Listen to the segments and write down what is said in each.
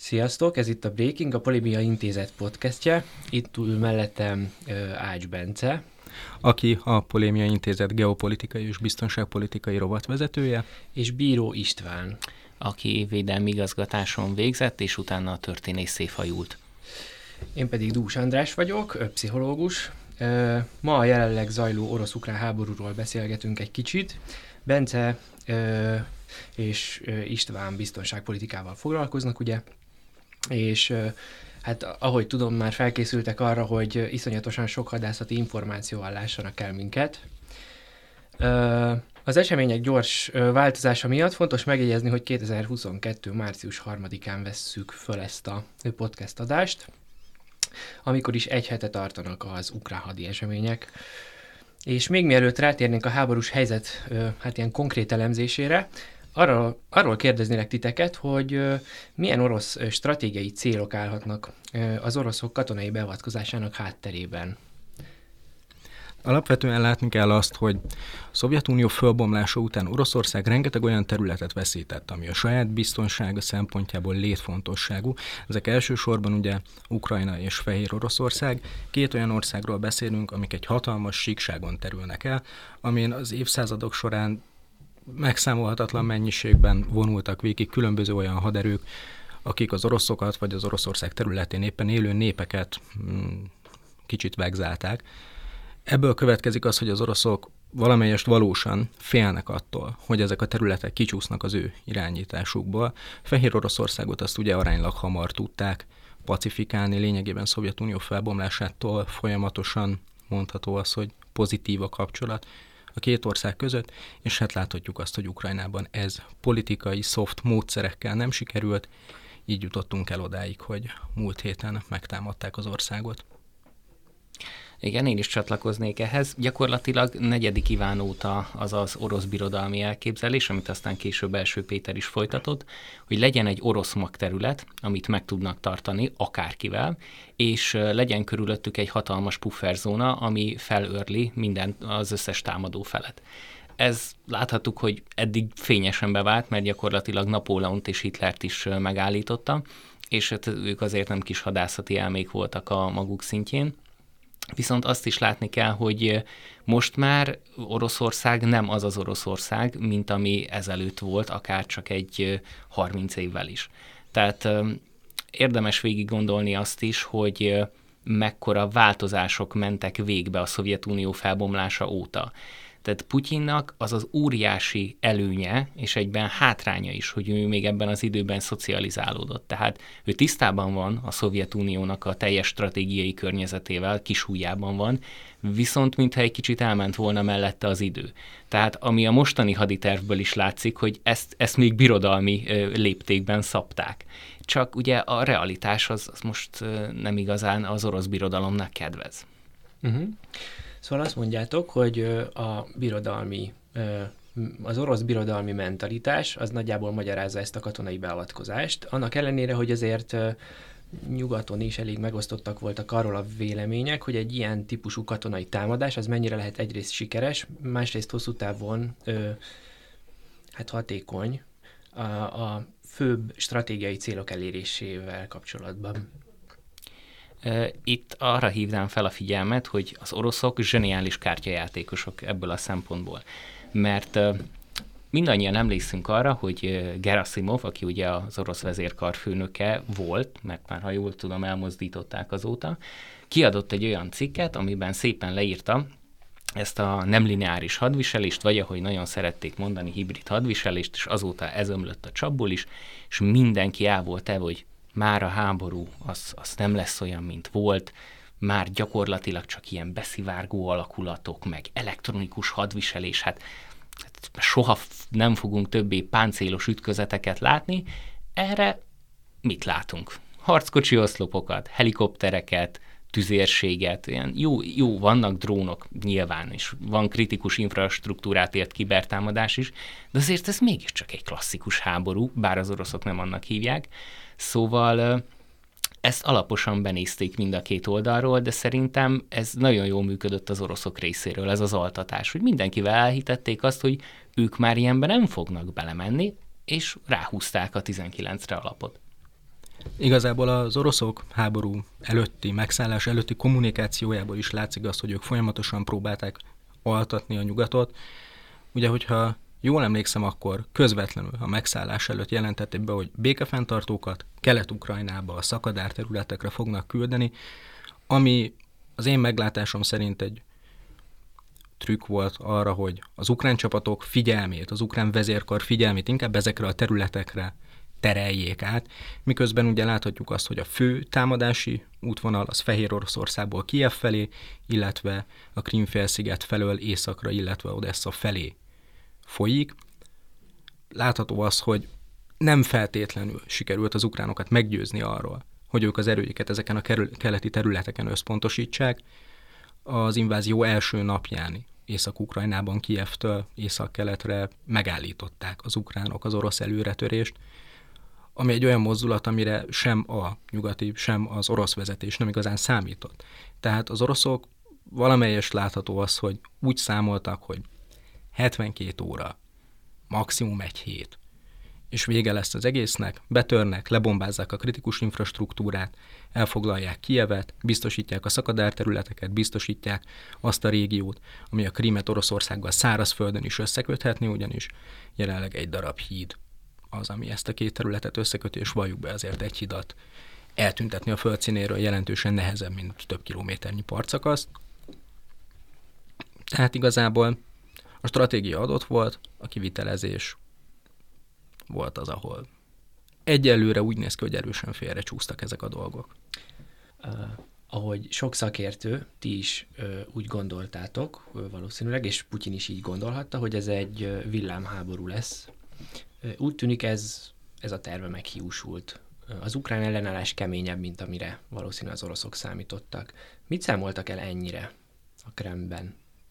Sziasztok, ez itt a Breaking, a Polémia Intézet podcastje. Itt ül mellettem Ács Bence, aki a Polémia Intézet geopolitikai és biztonságpolitikai rovatvezetője, és Bíró István, aki védelmi igazgatáson végzett, és utána a történészé fajult. Én pedig Dús András vagyok, pszichológus. Ma a jelenleg zajló orosz-ukrán háborúról beszélgetünk egy kicsit. Bence és István biztonságpolitikával foglalkoznak, ugye, és hát ahogy tudom, már felkészültek arra, hogy iszonyatosan sok hadászati információval lássanak el minket. Az események gyors változása miatt fontos megjegyezni, hogy 2022. március 3-án vesszük föl ezt a podcast adást, amikor is egy hete tartanak az ukrán hadi események. És még mielőtt rátérnénk a háborús helyzet ilyen konkrét elemzésére, arról kérdeznélek titeket, hogy milyen orosz stratégiai célok állhatnak az oroszok katonai beavatkozásának hátterében. Alapvetően látni kell azt, hogy a Szovjetunió fölbomlása után Oroszország rengeteg olyan területet veszített, ami a saját biztonsága szempontjából létfontosságú. Ezek elsősorban ugye Ukrajna és Fehér Oroszország. Két olyan országról beszélünk, amik egy hatalmas síkságon terülnek el, amin az évszázadok során megszámolhatatlan mennyiségben vonultak végig különböző olyan haderők, akik az oroszokat vagy az Oroszország területén éppen élő népeket kicsit vegzálták. Ebből következik az, hogy az oroszok valamelyest valósan félnek attól, hogy ezek a területek kicsúsznak az ő irányításukból. Fehér Oroszországot azt ugye aránylag hamar tudták pacifikálni, lényegében Szovjetunió felbomlásától folyamatosan mondható az, hogy pozitív a kapcsolat a két ország között, és hát láthatjuk azt, hogy Ukrajnában ez politikai, soft módszerekkel nem sikerült, így jutottunk el odáig, hogy múlt héten megtámadták az országot. Igen, én is csatlakoznék ehhez. Gyakorlatilag 4. Iván óta az az orosz birodalmi elképzelés, amit aztán később Első Péter is folytatott, hogy legyen egy orosz magterület, amit meg tudnak tartani akárkivel, és legyen körülöttük egy hatalmas pufferzóna, ami felőrli az összes támadó felet. Ez láthattuk, hogy eddig fényesen bevált, mert gyakorlatilag Napóleont és Hitlert is megállította, és ők azért nem kis hadászati elmék voltak a maguk szintjén. Viszont azt is látni kell, hogy most már Oroszország nem az az Oroszország, mint ami ezelőtt volt, akár csak egy 30 évvel is. Tehát érdemes végig gondolni azt is, hogy mekkora változások mentek végbe a Szovjetunió felbomlása óta. Tehát Putyinnak az az óriási előnye, és egyben hátránya is, hogy ő még ebben az időben szocializálódott. Tehát ő tisztában van a Szovjetuniónak a teljes stratégiai környezetével, kisújjában van, viszont mintha egy kicsit elment volna mellette az idő. Tehát ami a mostani haditervből is látszik, hogy ezt még birodalmi léptékben szabták. Csak ugye a realitás az most nem igazán az orosz birodalomnak kedvez. Uh-huh. Szóval azt mondjátok, hogy az orosz birodalmi mentalitás az nagyjából magyarázza ezt a katonai beavatkozást. Annak ellenére, hogy azért nyugaton is elég megosztottak voltak arról a vélemények, hogy egy ilyen típusú katonai támadás az mennyire lehet egyrészt sikeres, másrészt hosszú távon hatékony a főbb stratégiai célok elérésével kapcsolatban. Itt arra hívnám fel a figyelmet, hogy az oroszok zseniális kártyajátékosok ebből a szempontból. Mert mindannyian emlékszünk arra, hogy Gerasimov, aki ugye az orosz vezérkarfőnöke volt, mert már ha jól tudom, elmozdították azóta, kiadott egy olyan cikket, amiben szépen leírta ezt a nem lineáris hadviselést, vagy ahogy nagyon szerették mondani, hibrid hadviselést, és azóta ez ömlött a csapból is, és mindenki el volt hogy már a háború az nem lesz olyan, mint volt, már gyakorlatilag csak ilyen beszivárgó alakulatok, meg elektronikus hadviselés, hát soha nem fogunk többé páncélos ütközeteket látni. Erre mit látunk? Harckocsi oszlopokat, helikoptereket, tüzérséget, ilyen jó, vannak drónok nyilván, és van kritikus infrastruktúrát ért kibertámadás is, de azért ez mégiscsak egy klasszikus háború, bár az oroszok nem annak hívják. Szóval ezt alaposan benézték mind a két oldalról, de szerintem ez nagyon jól működött az oroszok részéről, ez az altatás, hogy mindenkivel elhitették azt, hogy ők már ilyenben nem fognak belemenni, és ráhúzták a 19-re alapot. Igazából az oroszok háború előtti, megszállás előtti kommunikációjából is látszik az, hogy ők folyamatosan próbálták altatni a nyugatot. Ugye, hogyha jól emlékszem, akkor közvetlenül a megszállás előtt jelentették be, hogy békefenntartókat Kelet-Ukrajnába, a szakadár területekre fognak küldeni, ami az én meglátásom szerint egy trükk volt arra, hogy az ukrán csapatok figyelmét, az ukrán vezérkar figyelmét inkább ezekre a területekre tereljék át, miközben ugye láthatjuk azt, hogy a fő támadási útvonal az Fehér Oroszországból Kijev felé, illetve a Krím-félsziget felől északra, illetve Odessa felé folyik. Látható az, hogy nem feltétlenül sikerült az ukránokat meggyőzni arról, hogy ők az erőiket ezeken a keleti területeken összpontosítsák. Az invázió első napján Észak-Ukrajnában, Kijevtől észak-keletre megállították az ukránok az orosz előretörést, ami egy olyan mozdulat, amire sem a nyugati, sem az orosz vezetés nem igazán számított. Tehát az oroszok valamelyest látható az, hogy úgy számoltak, hogy 72 óra, maximum egy hét, és vége lesz az egésznek, betörnek, lebombázzák a kritikus infrastruktúrát, elfoglalják Kijevet, biztosítják a szakadárterületeket, biztosítják azt a régiót, ami a Krímet Oroszországgal szárazföldön is összeköthetni, ugyanis jelenleg egy darab híd az, ami ezt a két területet összeköti, és valljuk be, azért egy hidat eltüntetni a földszínéről jelentősen nehezebb, mint több kilométernyi partszakaszt. Tehát igazából a stratégia adott volt, a kivitelezés volt az, ahol egyelőre úgy néz ki, hogy erősen félrecsúsztak ezek a dolgok. Ahogy sok szakértő, ti is úgy gondoltátok valószínűleg, és Putyin is így gondolhatta, hogy ez egy villámháború lesz. Úgy tűnik ez a terve meghiúsult. Az ukrán ellenállás keményebb, mint amire valószínűleg az oroszok számítottak. Mit számoltak el ennyire a Kremlben?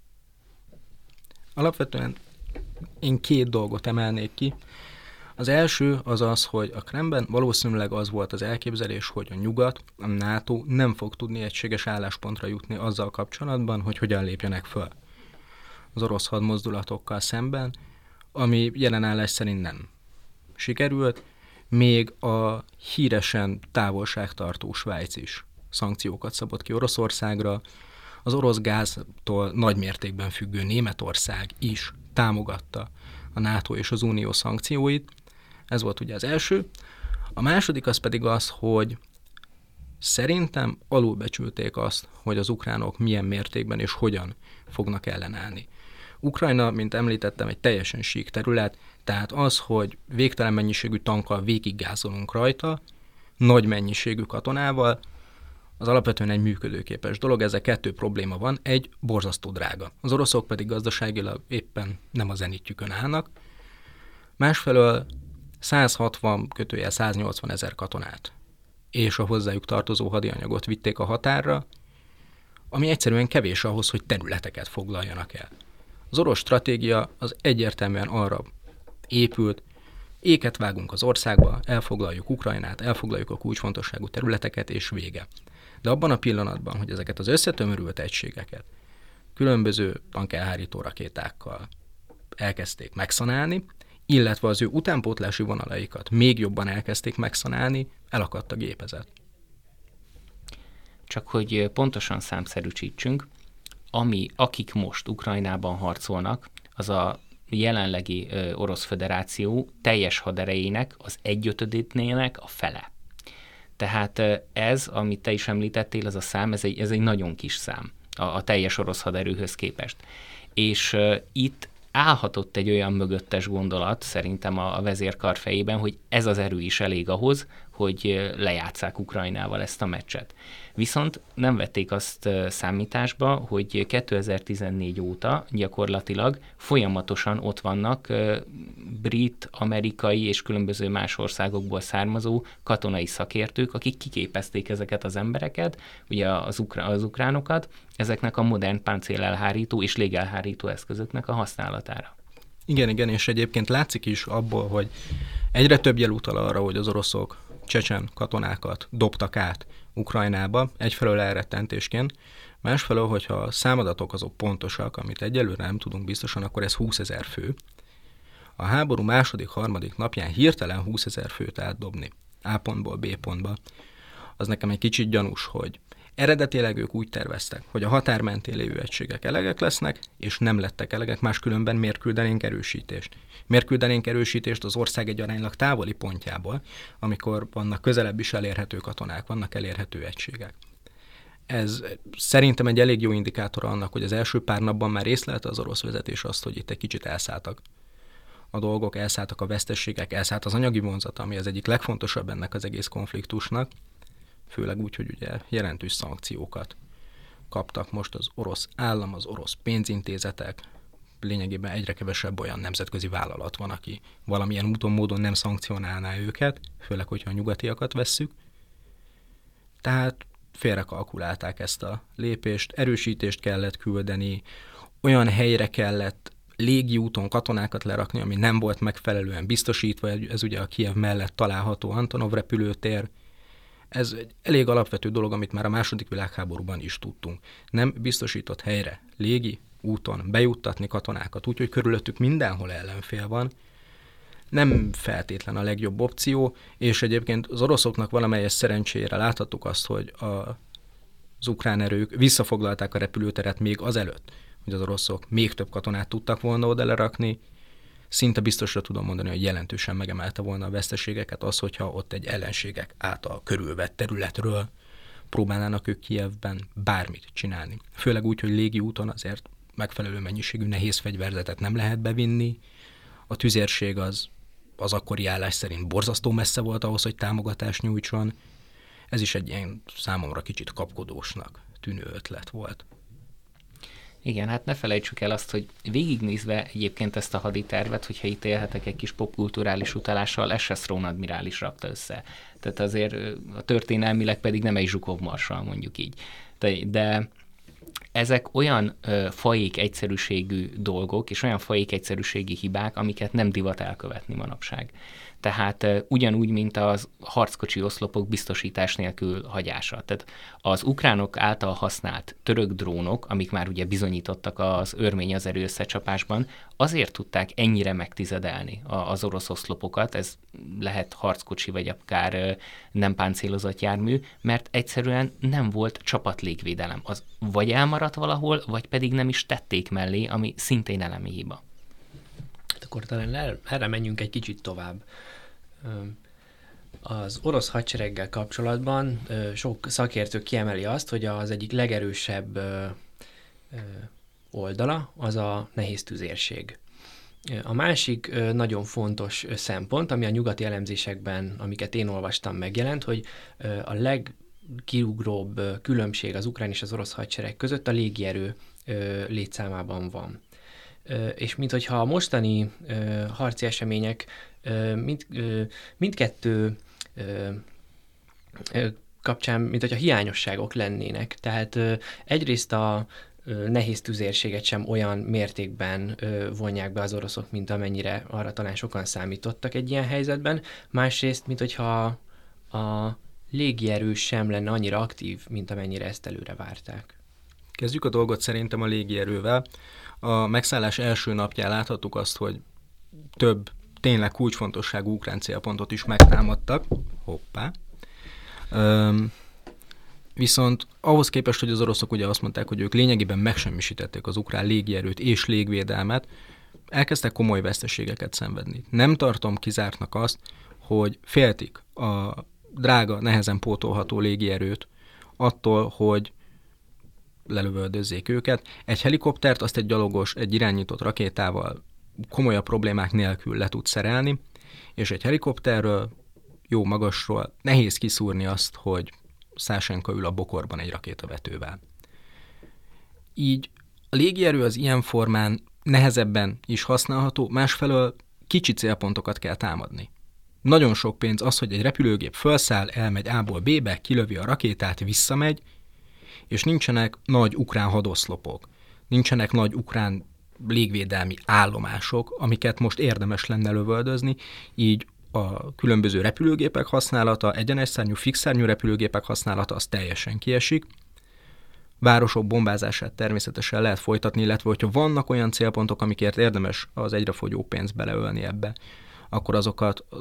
Alapvetően én két dolgot emelnék ki. Az első az az, hogy a Kremlben valószínűleg az volt az elképzelés, hogy a nyugat, a NATO nem fog tudni egységes álláspontra jutni azzal kapcsolatban, hogy hogyan lépjenek föl az orosz hadmozdulatokkal szemben, ami jelen állás szerint nem sikerült, még a híresen távolságtartó Svájc is szankciókat szabott ki Oroszországra, az orosz gáztól nagymértékben függő Németország is támogatta a NATO és az Unió szankcióit. Ez volt ugye az első. A második az pedig az, hogy szerintem alulbecsülték azt, hogy az ukránok milyen mértékben és hogyan fognak ellenállni. Ukrajna, mint említettem, egy teljesen sík terület, tehát az, hogy végtelen mennyiségű tankkal végiggázolunk rajta, nagy mennyiségű katonával, az alapvetően egy működőképes dolog, ezzel kettő probléma van, egy borzasztó drága. Az oroszok pedig gazdaságilag éppen nem a zenitjükön állnak. Másfelől 160-180 ezer katonát és a hozzájuk tartozó hadianyagot vitték a határra, ami egyszerűen kevés ahhoz, hogy területeket foglaljanak el. Az orosz stratégia az egyértelműen arra épült, éket vágunk az országba, elfoglaljuk Ukrajnát, elfoglaljuk a kulcsfontosságú területeket, és vége. De abban a pillanatban, hogy ezeket az összetömörült egységeket különböző tankelhárító rakétákkal elkezdték megszanálni, illetve az ő utánpótlási vonalaikat még jobban elkezdték megszanálni, elakadt a gépezet. Csak hogy pontosan számszerűsítsünk, akik most Ukrajnában harcolnak, az a jelenlegi Orosz Föderáció teljes haderejének az 1/5-nének a fele. Tehát ez, amit te is említettél, ez a szám, ez egy nagyon kis szám a teljes orosz haderőhöz képest. És itt állhatott egy olyan mögöttes gondolat szerintem a vezérkar fejében, hogy ez az erő is elég ahhoz, hogy lejátsszák Ukrajnával ezt a meccset. Viszont nem vették azt számításba, hogy 2014 óta gyakorlatilag folyamatosan ott vannak brit, amerikai és különböző más országokból származó katonai szakértők, akik kiképezték ezeket az embereket, ugye az ukránokat, ezeknek a modern páncélelhárító és légelhárító eszközöknek a használatára. Igen, és egyébként látszik is abból, hogy egyre több jel utal arra, hogy az oroszok csecsen katonákat dobtak át Ukrajnába, egyfelől elrettentésként, másfelől, hogyha a számadatok azok pontosak, amit egyelőre nem tudunk biztosan, akkor ez 20 000 fő. A háború második, harmadik napján hirtelen 20 000 főt átdobni A pontból B pontba, az nekem egy kicsit gyanús, hogy eredetileg ők úgy terveztek, hogy a határ mentén lévő egységek elegek lesznek, és nem lettek elegek, máskülönben miért küldenénk erősítést. Miért küldenénk erősítést az ország egy aránylag távoli pontjából, amikor vannak közelebb is elérhető katonák, vannak elérhető egységek. Ez szerintem egy elég jó indikátor annak, hogy az első pár napban már észlelte az orosz vezetés azt, hogy itt egy kicsit elszálltak a dolgok, elszálltak a veszteségek, elszállt az anyagi vonzat, ami az egyik legfontosabb ennek az egész konfliktusnak, főleg úgy, hogy ugye jelentős szankciókat kaptak most az orosz állam, az orosz pénzintézetek, lényegében egyre kevesebb olyan nemzetközi vállalat van, aki valamilyen úton, módon nem szankcionálná őket, főleg, hogyha a nyugatiakat vesszük. Tehát félrekalkulálták ezt a lépést, erősítést kellett küldeni, olyan helyre kellett légi úton katonákat lerakni, ami nem volt megfelelően biztosítva, ez ugye a Kijev mellett található Antonov repülőtér. Ez egy elég alapvető dolog, amit már a II. Világháborúban is tudtunk. Nem biztosított helyre, légi úton bejuttatni katonákat, úgyhogy körülöttük mindenhol ellenfél van, nem feltétlen a legjobb opció, és egyébként az oroszoknak valamelyes szerencsére láthattuk azt, hogy az ukrán erők visszafoglalták a repülőteret még azelőtt, hogy az oroszok még több katonát tudtak volna oda lerakni. Szinte biztosra tudom mondani, hogy jelentősen megemelte volna a veszteségeket az, hogyha ott egy ellenségek által körülvett területről próbálnának ők Kijevben bármit csinálni. Főleg úgy, hogy légi úton azért megfelelő mennyiségű nehéz fegyverzetet nem lehet bevinni. A tüzérség az akkori állás szerint borzasztó messze volt ahhoz, hogy támogatást nyújtson. Ez is egy ilyen számomra kicsit kapkodósnak tűnő ötlet volt. Igen, hát ne felejtsük el azt, hogy végignézve egyébként ezt a haditervet, hogyha itt élhetek egy kis popkulturális utalással, SS Rón admirális rakta össze. Tehát azért a történelmileg pedig nem egy Zsukov marsal, mondjuk így. De ezek olyan fajék egyszerűségű dolgok, és olyan fajék egyszerűségi hibák, amiket nem divat elkövetni manapság. Tehát ugyanúgy, mint az harckocsi oszlopok biztosítás nélkül hagyása. Tehát az ukránok által használt török drónok, amik már ugye bizonyítottak az örmény-azeri összecsapásban, azért tudták ennyire megtizedelni az orosz oszlopokat, ez lehet harckocsi vagy akár nem páncélozott jármű, mert egyszerűen nem volt csapatlégvédelem. Az vagy elmaradt valahol, vagy pedig nem is tették mellé, ami szintén elemi hiba. Akkor talán erre menjünk egy kicsit tovább. Az orosz hadsereggel kapcsolatban sok szakértő kiemeli azt, hogy az egyik legerősebb oldala az a nehéz tüzérség. A másik nagyon fontos szempont, ami a nyugati elemzésekben, amiket én olvastam, megjelent, hogy a legkiugróbb különbség az ukrán és az orosz hadsereg között a légierő létszámában van. És minthogyha a mostani harci események mindkettő kapcsán, minthogyha hiányosságok lennének. Tehát egyrészt a nehéz tüzérséget sem olyan mértékben vonják be az oroszok, mint amennyire arra talán sokan számítottak egy ilyen helyzetben. Másrészt, minthogyha a légierő sem lenne annyira aktív, mint amennyire ezt előre várták. Kezdjük a dolgot szerintem a légierővel. A megszállás első napján láthattuk azt, hogy több tényleg kulcsfontosságú ukrán célpontot is megtámadtak. Hoppá. Viszont ahhoz képest, hogy az oroszok ugye azt mondták, hogy ők lényegében megsemmisítették az ukrán légierőt és légvédelmet, elkezdtek komoly veszteségeket szenvedni. Nem tartom kizártnak azt, hogy féltik a drága, nehezen pótolható légierőt attól, hogy lelövöldözzék őket. Egy helikoptert azt egy gyalogos, egy irányított rakétával komolyabb problémák nélkül le tud szerelni, és egy helikopterről, jó magasról nehéz kiszúrni azt, hogy Szásenka ül a bokorban egy rakétavetővel. Így a légierő az ilyen formán nehezebben is használható, másfelől kicsi célpontokat kell támadni. Nagyon sok pénz az, hogy egy repülőgép felszáll, elmegy A-ból B-be, kilövi a rakétát, visszamegy, és nincsenek nagy ukrán hadoszlopok, nincsenek nagy ukrán légvédelmi állomások, amiket most érdemes lenne lövöldözni, így a különböző repülőgépek használata, egyenesszárnyú, fixszárnyú repülőgépek használata az teljesen kiesik. Városok bombázását természetesen lehet folytatni, illetve hogyha vannak olyan célpontok, amikért érdemes az egyre fogyó pénzt beleölni ebbe, akkor azokat az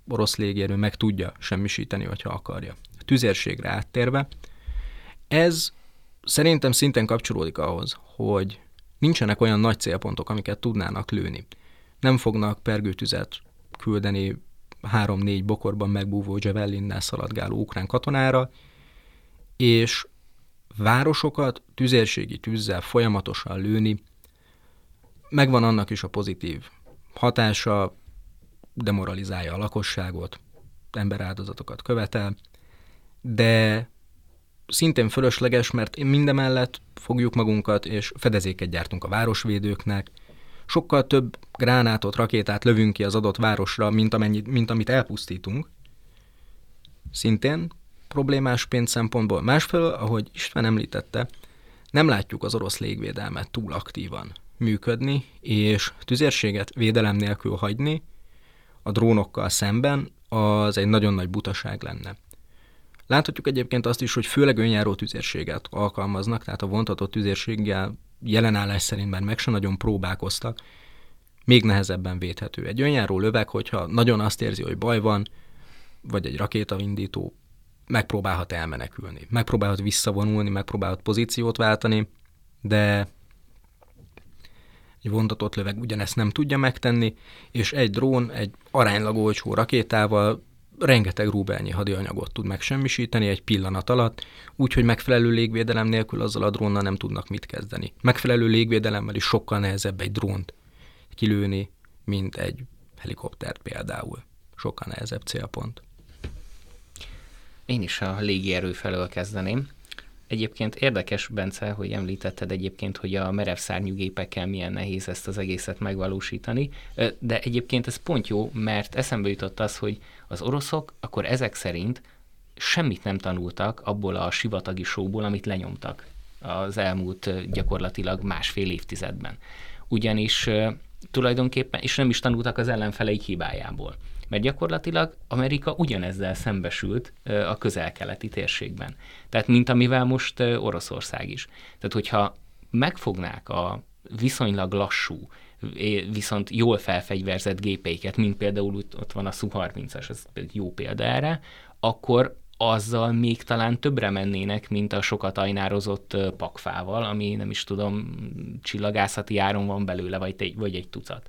orosz légierő meg tudja semmisíteni, hogyha akarja. A tüzérségre áttérve, ez szerintem szintén kapcsolódik ahhoz, hogy nincsenek olyan nagy célpontok, amiket tudnának lőni. Nem fognak pergőtüzet küldeni 3-4 bokorban megbúvó Javelinnel szaladgáló ukrán katonára, és városokat tüzérségi tűzzel folyamatosan lőni, megvan annak is a pozitív hatása, demoralizálja a lakosságot, emberáldozatokat követel, de szintén fölösleges, mert mindemellett fogjuk magunkat, és fedezéket gyártunk a városvédőknek, sokkal több gránátot, rakétát lövünk ki az adott városra, mint amit elpusztítunk. Szintén problémás pénzszempontból. Másfelől, ahogy István említette, nem látjuk az orosz légvédelmet túl aktívan működni, és tüzérséget védelem nélkül hagyni a drónokkal szemben az egy nagyon nagy butaság lenne. Láthatjuk egyébként azt is, hogy főleg önjáró tüzérséget alkalmaznak, tehát a vontatott tüzérséggel jelenállás szerint már meg se nagyon próbálkoztak, még nehezebben védhető. Egy önjáró löveg, hogyha nagyon azt érzi, hogy baj van, vagy egy rakétaindító, megpróbálhat elmenekülni, megpróbálhat visszavonulni, megpróbálhat pozíciót váltani, de egy vontatott löveg ugyanezt nem tudja megtenni, és egy drón egy aránylag olcsó rakétával rengeteg rubelnyi hadianyagot tud megsemmisíteni egy pillanat alatt, úgyhogy megfelelő légvédelem nélkül azzal a drónnal nem tudnak mit kezdeni. Megfelelő légvédelemmel is sokkal nehezebb egy drónt kilőni, mint egy helikoptert például. Sokkal nehezebb célpont. Én is a légierő felől kezdeném. Egyébként érdekes, Bence, hogy említetted egyébként, hogy a merev szárnyú gépekkel milyen nehéz ezt az egészet megvalósítani, de egyébként ez pont jó, mert eszembe jutott az, hogy az oroszok akkor ezek szerint semmit nem tanultak abból a sivatagi showból, amit lenyomtak az elmúlt gyakorlatilag 1,5 évtizedben. Ugyanis tulajdonképpen, és nem is tanultak az ellenfeleik hibájából. Mert gyakorlatilag Amerika ugyanezzel szembesült a közel-keleti térségben. Tehát, mint amivel most Oroszország is. Tehát, hogyha megfognák a viszonylag lassú, viszont jól felfegyverzett gépeiket, mint például ott van a Su-30-as, ez jó példa erre, akkor azzal még talán többre mennének, mint a sokat ajnározott pakfával, ami nem is tudom, csillagászati áron van belőle, vagy egy tucat.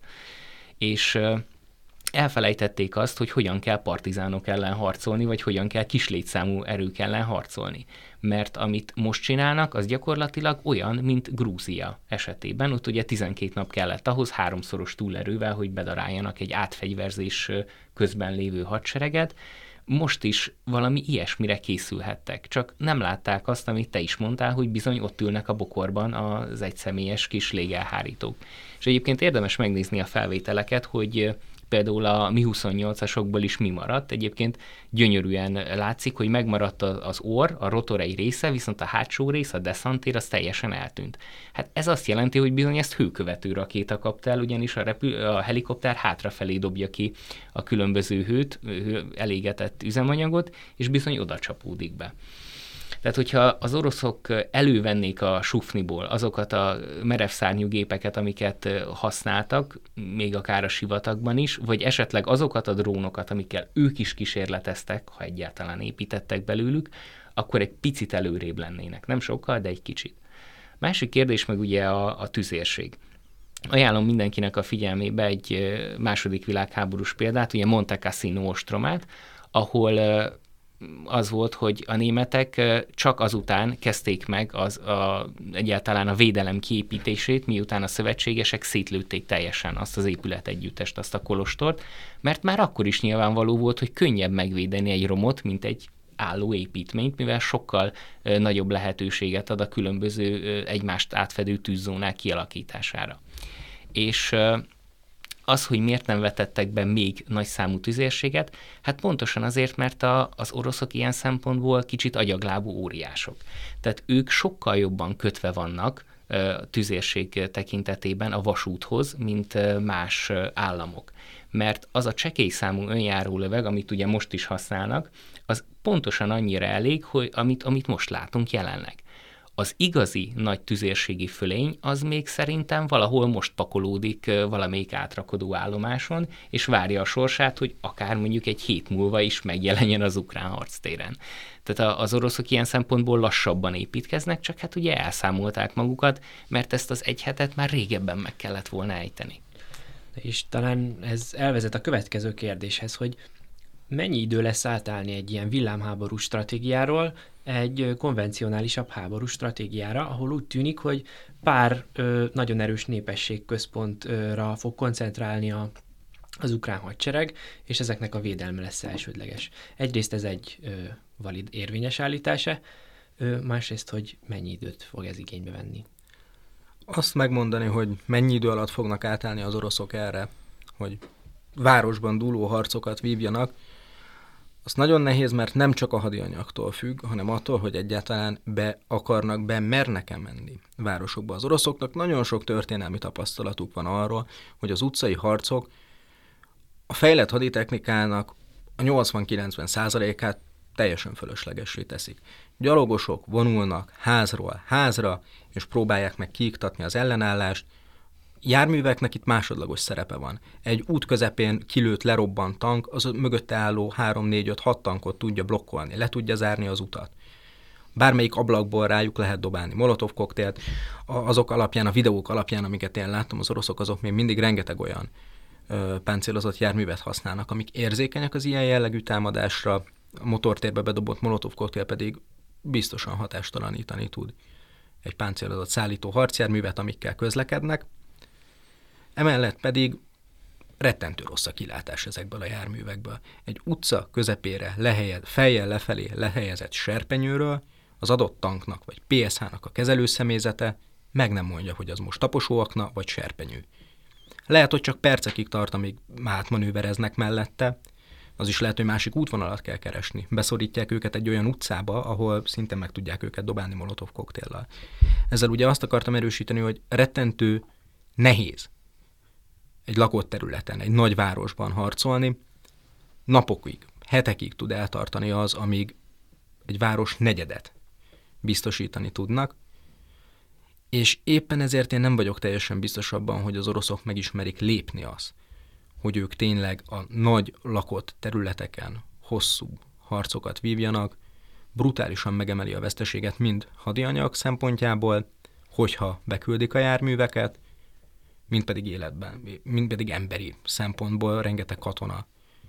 És elfelejtették azt, hogy hogyan kell partizánok ellen harcolni, vagy hogyan kell kislétszámú erők ellen harcolni. Mert amit most csinálnak, az gyakorlatilag olyan, mint Grúzia esetében. Ott ugye 12 nap kellett ahhoz 3-szoros túlerővel, hogy bedaráljanak egy átfegyverzés közben lévő hadsereget. Most is valami ilyesmire készülhettek. Csak nem látták azt, amit te is mondtál, hogy bizony ott ülnek a bokorban az egyszemélyes kis légelhárítók. És egyébként érdemes megnézni a felvételeket, hogy például a Mi-28-asokból is mi maradt. Egyébként gyönyörűen látszik, hogy megmaradt az orr, a rotor egy része, viszont a hátsó rész, a deszantér, az teljesen eltűnt. Hát ez azt jelenti, hogy bizony ezt hőkövető rakéta kapta el, ugyanis a helikopter hátrafelé dobja ki a különböző elégetett üzemanyagot, és bizony oda csapódik be. Tehát, hogyha az oroszok elővennék a sufniból azokat a merevszárnyú gépeket, amiket használtak, még akár a sivatagban is, vagy esetleg azokat a drónokat, amikkel ők is kísérleteztek, ha egyáltalán építettek belőlük, akkor egy picit előrébb lennének. Nem sokkal, de egy kicsit. Másik kérdés meg ugye a tüzérség. Ajánlom mindenkinek a figyelmébe egy második világháborús példát, ugye Monte Cassino ostromát, ahol az volt, hogy a németek csak azután kezdték meg egyáltalán a védelem kiépítését, miután a szövetségesek szétlőtték teljesen azt az épületegyüttest, azt a kolostort, mert már akkor is nyilvánvaló volt, hogy könnyebb megvédeni egy romot, mint egy álló építményt, mivel sokkal nagyobb lehetőséget ad a különböző egymást átfedő tűzzónák kialakítására. És az, hogy miért nem vetettek be még nagy számú tüzérséget, hát pontosan azért, mert az oroszok ilyen szempontból kicsit agyaglábú óriások. Tehát ők sokkal jobban kötve vannak tüzérség tekintetében a vasúthoz, mint más államok. Mert az a csekély számú önjáró löveg, amit ugye most is használnak, az pontosan annyira elég, hogy amit most látunk jelenleg. Az igazi nagy tüzérségi fölény az még szerintem valahol most pakolódik valamelyik átrakodó állomáson, és várja a sorsát, hogy akár mondjuk egy hét múlva is megjelenjen az ukrán harctéren. Tehát az oroszok ilyen szempontból lassabban építkeznek, csak hát ugye elszámolták magukat, mert ezt az egy hetet már régebben meg kellett volna ejteni. És talán ez elvezet a következő kérdéshez, hogy mennyi idő lesz átállni egy ilyen villámháború stratégiáról egy konvencionálisabb háború stratégiára, ahol úgy tűnik, hogy pár nagyon erős népességközpontra fog koncentrálni az ukrán hadsereg, és ezeknek a védelme lesz elsődleges. Egyrészt ez egy valid érvényes állítása, másrészt, hogy mennyi időt fog ez igénybe venni. Azt megmondani, hogy mennyi idő alatt fognak átállni az oroszok erre, hogy városban dúló harcokat vívjanak, az nagyon nehéz, mert nem csak a hadianyagtól függ, hanem attól, hogy egyáltalán mernek-e menni városokba. Az oroszoknak nagyon sok történelmi tapasztalatuk van arról, hogy az utcai harcok a fejlett haditechnikának a 80-90%-át teljesen fölöslegessé teszik. Gyalogosok vonulnak házról házra, és próbálják meg kiiktatni az ellenállást. Járműveknek itt másodlagos szerepe van. Egy út közepén kilőtt, lerobbant tank, az mögötte álló 3-4-5-6 tankot tudja blokkolni, le tudja zárni az utat. Bármelyik ablakból rájuk lehet dobálni molotov koktélt. Azok alapján, a videók alapján, amiket én láttam, az oroszok azok még mindig rengeteg olyan páncélozott járművet használnak, amik érzékenyek az ilyen jellegű támadásra, a motortérbe bedobott molotov koktél pedig biztosan hatástalanítani tud egy páncélozott szállító harcjárművet, amikkel közlekednek. Emellett pedig rettentő rossz a kilátás ezekből a járművekből. Egy utca közepére fejjel lefelé lehelyezett serpenyőről az adott tanknak vagy PSH-nak a kezelőszemélyzete meg nem mondja, hogy az most taposóakna vagy serpenyő. Lehet, hogy csak percekig tart, amíg átmanővereznek mellette, az is lehet, hogy másik útvonalat kell keresni. Beszorítják őket egy olyan utcába, ahol szinte meg tudják őket dobálni molotov koktéllal. Ezzel ugye azt akartam erősíteni, hogy rettentő nehéz egy lakott területen, egy nagy városban harcolni. Napokig, hetekig tud eltartani az, amíg egy város negyedet biztosítani tudnak, és éppen ezért én nem vagyok teljesen biztos abban, hogy az oroszok megismerik lépni azt, hogy ők tényleg a nagy lakott területeken hosszú harcokat vívjanak, brutálisan megemeli a veszteséget mind hadianyag szempontjából, hogyha beküldik a járműveket, mind pedig életben, mind pedig emberi szempontból rengeteg katona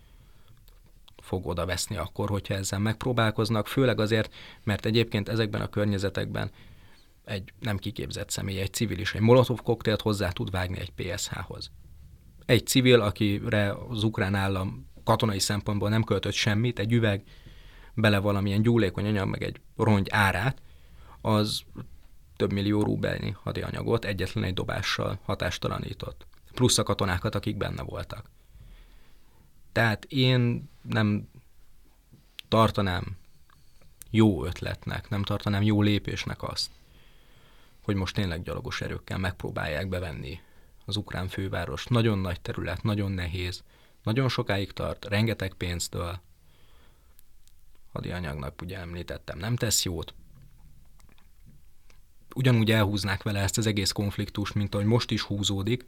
fog oda veszni akkor, hogyha ezzel megpróbálkoznak, főleg azért, mert egyébként ezekben a környezetekben egy nem kiképzett személy, egy civil is egy molotov koktélt hozzá tud vágni egy PSH-hoz. Egy civil, akire az ukrán állam katonai szempontból nem költött semmit, egy üveg, bele valamilyen gyúlékony anyag, meg egy rongy árát, az több millió rubelnyi hadianyagot egyetlen egy dobással hatástalanított. Plusz a katonákat, akik benne voltak. Tehát én nem tartanám jó ötletnek, nem tartanám jó lépésnek azt, hogy most tényleg gyalogos erőkkel megpróbálják bevenni az ukrán főváros. Nagyon nagy terület, nagyon nehéz, nagyon sokáig tart, rengeteg pénztől. Hadianyagnak, ugye említettem, nem tesz jót. Ugyanúgy elhúznák vele ezt az egész konfliktust, mint ahogy most is húzódik.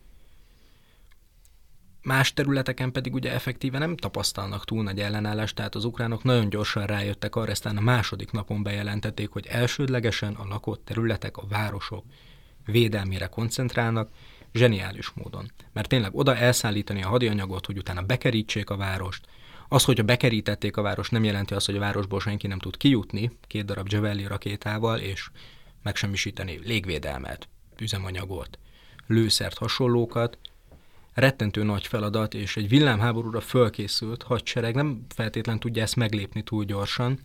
Más területeken pedig ugye effektíve nem tapasztalnak túl nagy ellenállást, tehát az ukránok nagyon gyorsan rájöttek arra, aztán a második napon bejelentették, hogy elsődlegesen a lakott területek, a városok védelmére koncentrálnak, zseniális módon. Mert tényleg oda elszállítani a hadianyagot, hogy utána bekerítsék a várost. Az, hogyha bekerítették a várost, nem jelenti azt, hogy a városból senki nem tud kijutni 2 darab Javelin rakétával, és megsemmisíteni légvédelmet, üzemanyagot, lőszert, hasonlókat. Rettentő nagy feladat, és egy villámháborúra fölkészült hadsereg nem feltétlen tudja ezt meglépni túl gyorsan,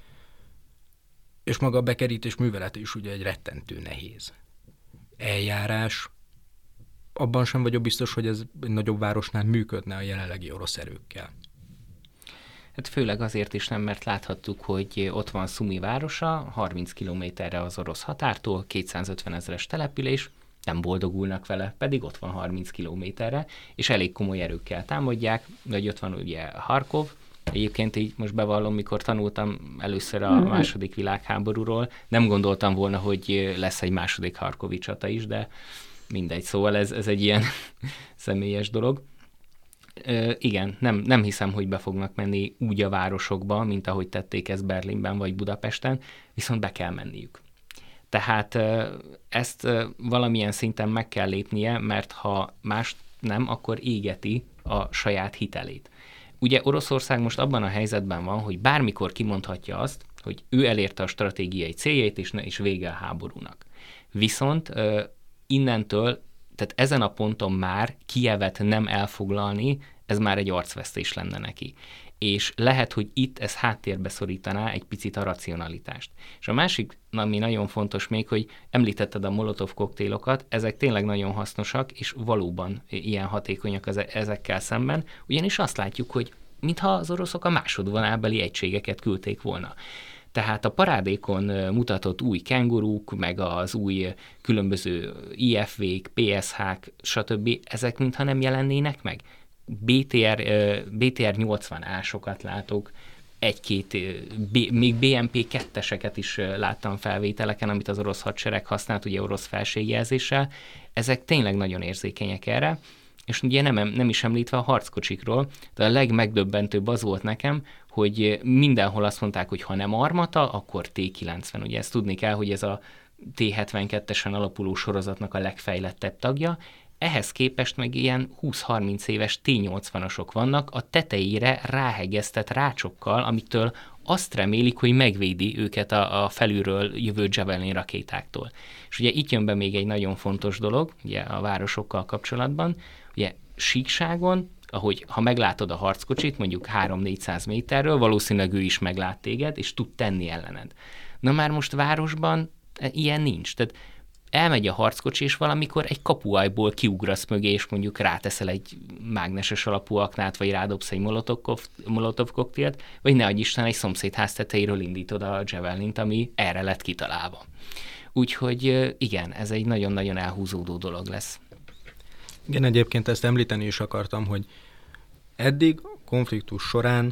és maga a bekerítés művelete is ugye egy rettentő nehéz eljárás. Abban sem vagyok biztos, hogy ez egy nagyobb városnál működne a jelenlegi orosz erőkkel. Hát főleg azért is nem, mert láthattuk, hogy ott van Szumi városa, 30 kilométerre az orosz határtól, 250 000 település, nem boldogulnak vele, pedig ott van 30 kilométerre, és elég komoly erőkkel támadják, vagy ott van ugye Harkov, Egyébként így most bevallom, mikor tanultam először a második világháborúról, nem gondoltam volna, hogy lesz egy második Harkovi csata is, de mindegy, szóval ez egy ilyen személyes dolog. Igen, nem hiszem, hogy be fognak menni úgy a városokba, mint ahogy tették ezt Berlinben vagy Budapesten, viszont be kell menniük. Tehát ezt valamilyen szinten meg kell lépnie, mert ha más nem, akkor égeti a saját hitelét. Ugye Oroszország most abban a helyzetben van, hogy bármikor kimondhatja azt, hogy ő elérte a stratégiai céljait, és vége a háborúnak. Viszont innentől, tehát ezen a ponton már Kijevet nem elfoglalni, ez már egy arcvesztés lenne neki. És lehet, hogy itt ez háttérbe szorítaná egy picit a racionalitást. És a másik, ami nagyon fontos még, hogy említetted a Molotov koktélokat, ezek tényleg nagyon hasznosak, és valóban ilyen hatékonyak ezekkel szemben, ugyanis azt látjuk, hogy mintha az oroszok a másodvonalbeli egységeket küldték volna. Tehát a parádékon mutatott új kengurúk, meg az új különböző IFV-k, PSH-k, stb. Ezek mintha nem jelennének meg. BTR 80-ásokat látok, egy-két, még BMP-2-eseket is láttam felvételeken, amit az orosz hadsereg használt, ugye orosz felségjelzéssel. Ezek tényleg nagyon érzékenyek erre, és ugye nem is említve a harckocsikról, de a legmegdöbbentőbb az volt nekem, hogy mindenhol azt mondták, hogy ha nem armata, akkor T-90. Ugye ezt tudni kell, hogy ez a T-72-esen alapuló sorozatnak a legfejlettebb tagja, ehhez képest meg ilyen 20-30 éves T-80-asok vannak a tetejére ráhegesztett rácsokkal, amitől azt remélik, hogy megvédi őket a felülről jövő Javelin rakétáktól. És ugye itt jön be még egy nagyon fontos dolog, ugye a városokkal kapcsolatban, ugye síkságon, ahogy ha meglátod a harckocsit, mondjuk 300-400 méterről, valószínűleg ő is meglát téged, és tud tenni ellened. Na már most városban ilyen nincs. Tehát elmegy a harckocsi, és valamikor egy kapuajból kiugrasz mögé, és mondjuk ráteszel egy mágneses alapú aknát, vagy rádobsz egy molotov koktélt, vagy ne adj Isten, egy szomszédház tetejéről indítod a Javelint, ami erre lett kitalálva. Úgyhogy igen, ez egy nagyon-nagyon elhúzódó dolog lesz. Igen, egyébként ezt említeni is akartam, hogy eddig a konfliktus során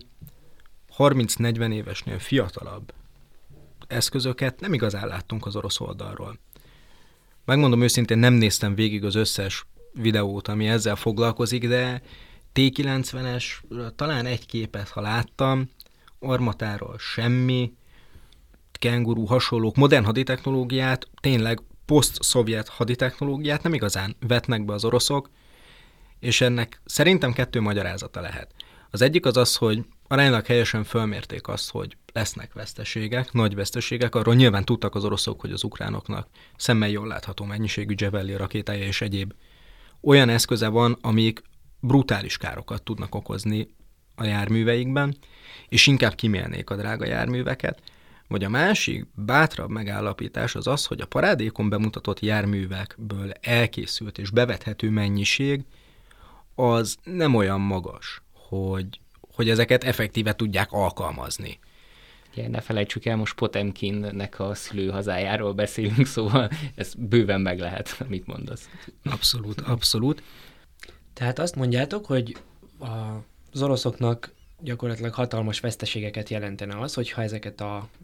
30-40 évesnél fiatalabb eszközöket nem igazán láttunk az orosz oldalról. Megmondom őszintén, nem néztem végig az összes videót, ami ezzel foglalkozik, de T-90-es talán egy képet, ha láttam, armatáról semmi, kenguru, hasonlók, modern haditechnológiát, tényleg poszt-szovjet haditechnológiát nem igazán vetnek be az oroszok, és ennek szerintem 2 magyarázata lehet. Az egyik az az, hogy aránylag helyesen fölmérték azt, hogy lesznek veszteségek, nagy veszteségek, arról nyilván tudtak az oroszok, hogy az ukránoknak szemmel jól látható mennyiségű Javelin rakétája és egyéb olyan eszköze van, amik brutális károkat tudnak okozni a járműveikben, és inkább kimélnék a drága járműveket. Vagy a másik, bátrabb megállapítás az az, hogy a parádékon bemutatott járművekből elkészült és bevethető mennyiség az nem olyan magas, hogy ezeket effektíve tudják alkalmazni. Ja, ne felejtsük el, most Potemkinnek a szülőhazájáról beszélünk, szóval ez bőven meg lehet, amit mondasz. Abszolút, abszolút. Tehát azt mondjátok, hogy az oroszoknak gyakorlatilag hatalmas veszteségeket jelentene az, hogyha ezeket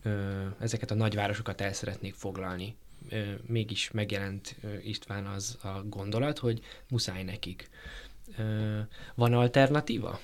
a nagyvárosokat el szeretnék foglalni. Mégis megjelent István az a gondolat, hogy muszáj nekik. Van alternatíva?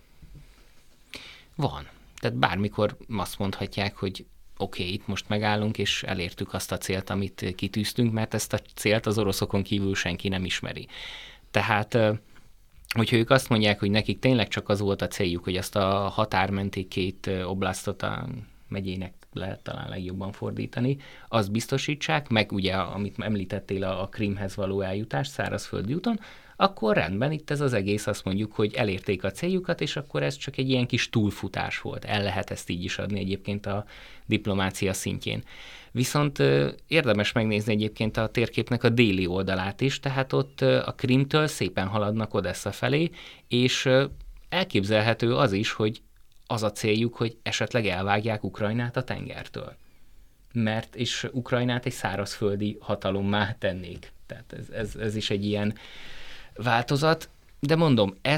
Van. Tehát bármikor azt mondhatják, hogy oké, itt most megállunk, és elértük azt a célt, amit kitűztünk, mert ezt a célt az oroszokon kívül senki nem ismeri. Tehát, hogyha ők azt mondják, hogy nekik tényleg csak az volt a céljuk, hogy azt a határmenti 2 oblasztot a megyének lehet talán legjobban fordítani, azt biztosítsák, meg ugye, amit említettél, a Krímhez való eljutás szárazföldi úton, akkor rendben, itt ez az egész, azt mondjuk, hogy elérték a céljukat, és akkor ez csak egy ilyen kis túlfutás volt. El lehet ezt így is adni egyébként a diplomácia szintjén. Viszont érdemes megnézni egyébként a térképnek a déli oldalát is, tehát ott a Krímtől szépen haladnak Odessa felé, és elképzelhető az is, hogy az a céljuk, hogy esetleg elvágják Ukrajnát a tengertől. És Ukrajnát egy szárazföldi hatalommá tennék. Tehát ez is egy ilyen változat, de mondom, ezt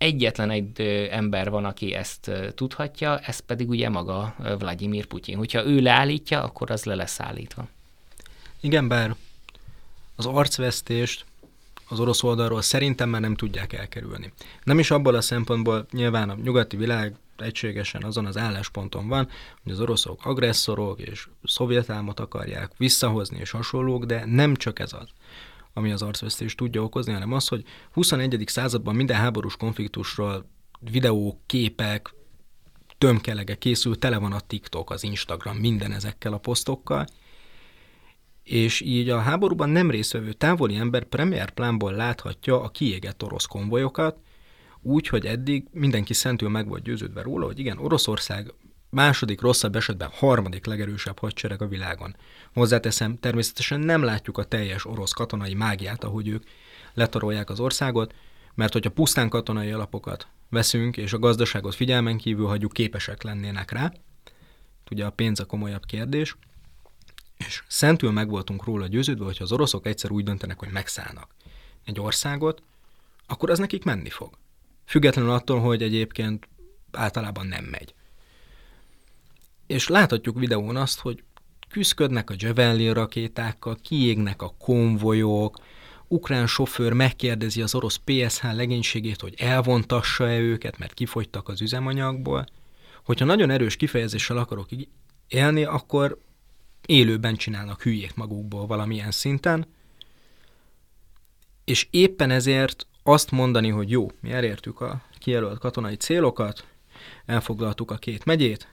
egyetlen egy ember van, aki ezt tudhatja, ez pedig ugye maga Vladimir Putyin. Hogyha ő leállítja, akkor az le lesz állítva. Igen, bár az arcvesztést az orosz oldalról szerintem már nem tudják elkerülni. Nem is abból a szempontból, nyilván a nyugati világ egységesen azon az állásponton van, hogy az oroszok agresszorok és szovjet álmot akarják visszahozni és hasonlók, de nem csak ez az, ami az arcvesztést tudja okozni, hanem az, hogy 21. században minden háborús konfliktusról videók, képek, tömkelege készül, tele van a TikTok, az Instagram, minden ezekkel a posztokkal, és így a háborúban nem résztvevő távoli ember premier plánból láthatja a kiégett orosz konvojokat, úgy, hogy eddig mindenki szentül meg volt győződve róla, hogy igen, Oroszország második, rosszabb esetben harmadik legerősebb hadsereg a világon. Hozzáteszem, természetesen nem látjuk a teljes orosz katonai mágiát, ahogy ők letarolják az országot, mert hogyha pusztán katonai alapokat veszünk, és a gazdaságot figyelmen kívül hagyjuk, képesek lennének rá. Ugye a pénz a komolyabb kérdés. És szentül meg voltunk róla győződve, hogyha az oroszok egyszer úgy döntenek, hogy megszállnak egy országot, akkor az nekik menni fog. Függetlenül attól, hogy egyébként általában nem megy. És láthatjuk videón azt, hogy küszködnek a Javelin rakétákkal, kiégnek a konvojok, ukrán sofőr megkérdezi az orosz PSH legénységét, hogy elvontassa-e őket, mert kifogytak az üzemanyagból. Hogyha nagyon erős kifejezéssel akarok élni, akkor élőben csinálnak hülyét magukból valamilyen szinten, és éppen ezért azt mondani, hogy jó, mi elértük a kijelölt katonai célokat, elfoglaltuk a 2 megyét,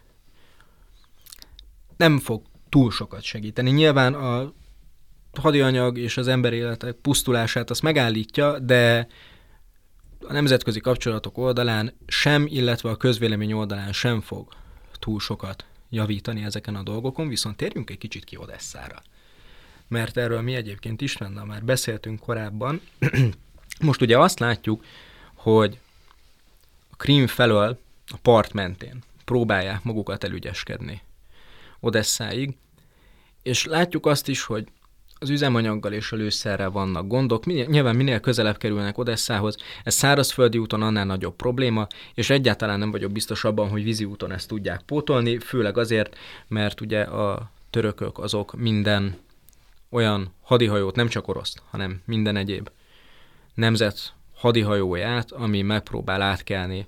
nem fog túl sokat segíteni. Nyilván a hadianyag és az emberéletek pusztulását azt megállítja, de a nemzetközi kapcsolatok oldalán sem, illetve a közvélemény oldalán sem fog túl sokat javítani ezeken a dolgokon, viszont térjünk egy kicsit ki Odesszára. Mert erről mi egyébként Istvánnal már beszéltünk korábban. Most ugye azt látjuk, hogy a Krím felől a part mentén próbálják magukat elügyeskedni Odesszáig, és látjuk azt is, hogy az üzemanyaggal és a lőszerrel vannak gondok. Nyilván minél közelebb kerülnek Odesszához, ez szárazföldi úton annál nagyobb probléma, és egyáltalán nem vagyok biztos abban, hogy vízi úton ezt tudják pótolni, főleg azért, mert ugye a törökök azok minden olyan hadihajót, nem csak oroszt, hanem minden egyéb nemzet hadihajóját, ami megpróbál átkelni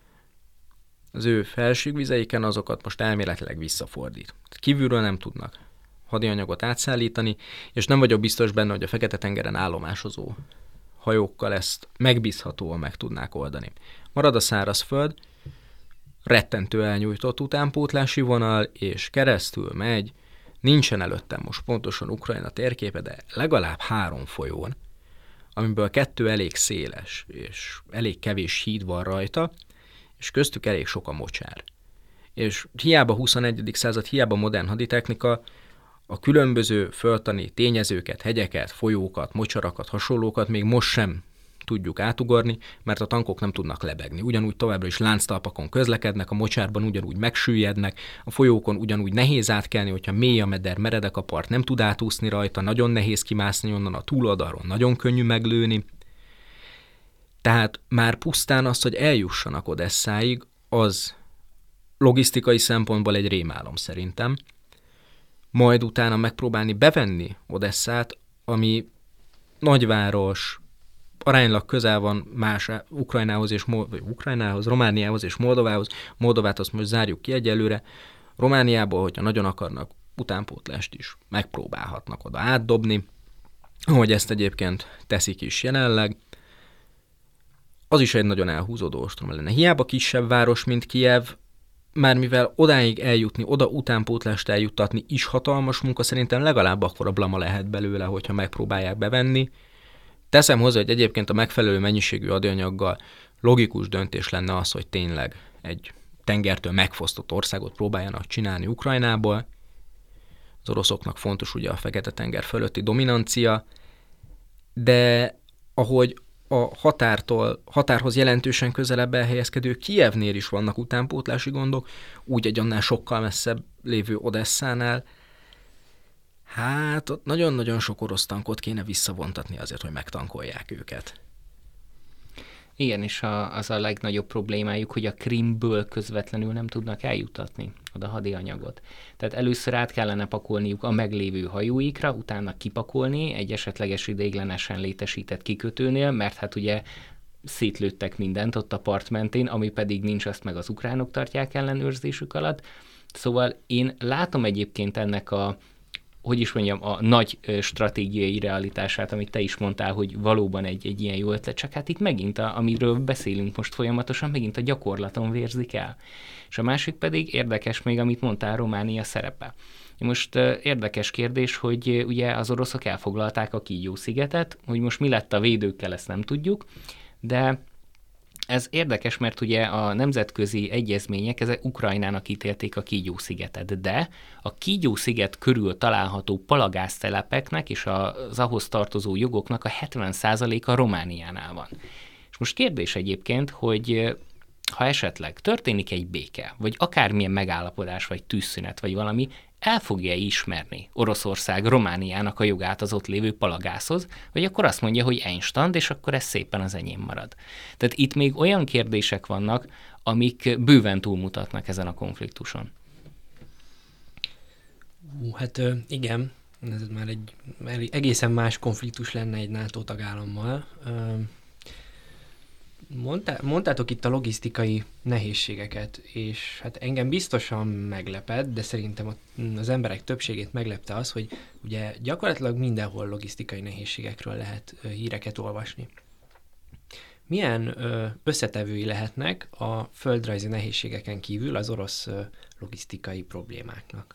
az ő felségvizeiken, azokat most elméletileg visszafordít. Kívülről nem tudnak hadianyagot átszállítani, és nem vagyok biztos benne, hogy a Fekete-tengeren állomásozó hajókkal ezt megbízhatóan meg tudnák oldani. Marad a szárazföld, rettentő elnyújtott utánpótlási vonal, és keresztül megy, nincsen előttem most pontosan Ukrajna térképe, de legalább 3 folyón, amiből 2 elég széles, és elég kevés híd van rajta, és köztük elég sok a mocsár. És hiába 21. század, hiába modern haditechnika, a különböző földtani tényezőket, hegyeket, folyókat, mocsarakat, hasonlókat még most sem tudjuk átugorni, mert a tankok nem tudnak lebegni. Ugyanúgy továbbra is lánctalpakon közlekednek, a mocsárban ugyanúgy megsüllyednek, a folyókon ugyanúgy nehéz átkelni, hogyha mély a meder, meredek a part, nem tud átúszni rajta, nagyon nehéz kimászni onnan, a túloldalról nagyon könnyű meglőni. Tehát már pusztán az, hogy eljussanak Odesszáig, az logisztikai szempontból egy rémálom szerintem. Majd utána megpróbálni bevenni Odesszát, ami nagyváros, aránylag közel van más Ukrajnához, Romániához és Moldovához. Moldovát azt most zárjuk ki egyelőre. Romániából, hogyha nagyon akarnak, utánpótlást is megpróbálhatnak oda átdobni, ahogy ezt egyébként teszik is jelenleg. Az is egy nagyon elhúzódó ostrom lenne. Hiába kisebb város, mint Kijev, már mivel odáig eljutni, oda utánpótlást eljuttatni is hatalmas munka, szerintem legalább akkora blama lehet belőle, hogyha megpróbálják bevenni. Teszem hozzá, hogy egyébként a megfelelő mennyiségű hadianyaggal logikus döntés lenne az, hogy tényleg egy tengertől megfosztott országot próbáljanak csinálni Ukrajnából. Az oroszoknak fontos ugye a Fekete-tenger fölötti dominancia, de ahogy a határhoz jelentősen közelebb elhelyezkedő Kijevnél is vannak utánpótlási gondok, úgy egy annál sokkal messzebb lévő Odesszánál. Hát ott nagyon-nagyon sok orosz tankot kéne visszavontatni azért, hogy megtankolják őket. Igen, és az a legnagyobb problémájuk, hogy a Krimből közvetlenül nem tudnak eljutatni oda hadianyagot. Tehát először át kellene pakolniuk a meglévő hajóikra, utána kipakolni egy esetleges ideiglenesen létesített kikötőnél, mert hát ugye szétlőttek mindent ott a part mentén, ami pedig nincs, azt meg az ukránok tartják ellenőrzésük alatt. Szóval én látom egyébként ennek a nagy stratégiai realitását, amit te is mondtál, hogy valóban egy ilyen jó ötlet, csak hát itt megint, amiről beszélünk most folyamatosan, megint a gyakorlaton vérzik el. És a másik pedig érdekes még, amit mondtál, Románia szerepe. Most érdekes kérdés, hogy ugye az oroszok elfoglalták a Kígyó-szigetet, hogy most mi lett a védőkkel, ezt nem tudjuk, de ez érdekes, mert ugye a nemzetközi egyezmények, ezek Ukrajnának ítélték a Kígyó-szigetet, de a Kígyó-sziget körül található palagáztelepeknek és az ahhoz tartozó jogoknak a 70%-a Romániánál van. És most kérdés egyébként, hogy ha esetleg történik egy béke, vagy akármilyen megállapodás, vagy tűzszünet, vagy valami, el fogja ismerni Oroszország Romániának a jogát az ott lévő palagászhoz, vagy akkor azt mondja, hogy einstand, és akkor ez szépen az enyém marad. Tehát itt még olyan kérdések vannak, amik bőven túlmutatnak ezen a konfliktuson. Hát igen, ez már egy egészen más konfliktus lenne egy NATO tagállammal. Mondtátok itt a logisztikai nehézségeket, és hát engem biztosan meglepett, de szerintem az emberek többségét meglepte az, hogy ugye gyakorlatilag mindenhol logisztikai nehézségekről lehet híreket olvasni. Milyen összetevői lehetnek a földrajzi nehézségeken kívül az orosz logisztikai problémáknak?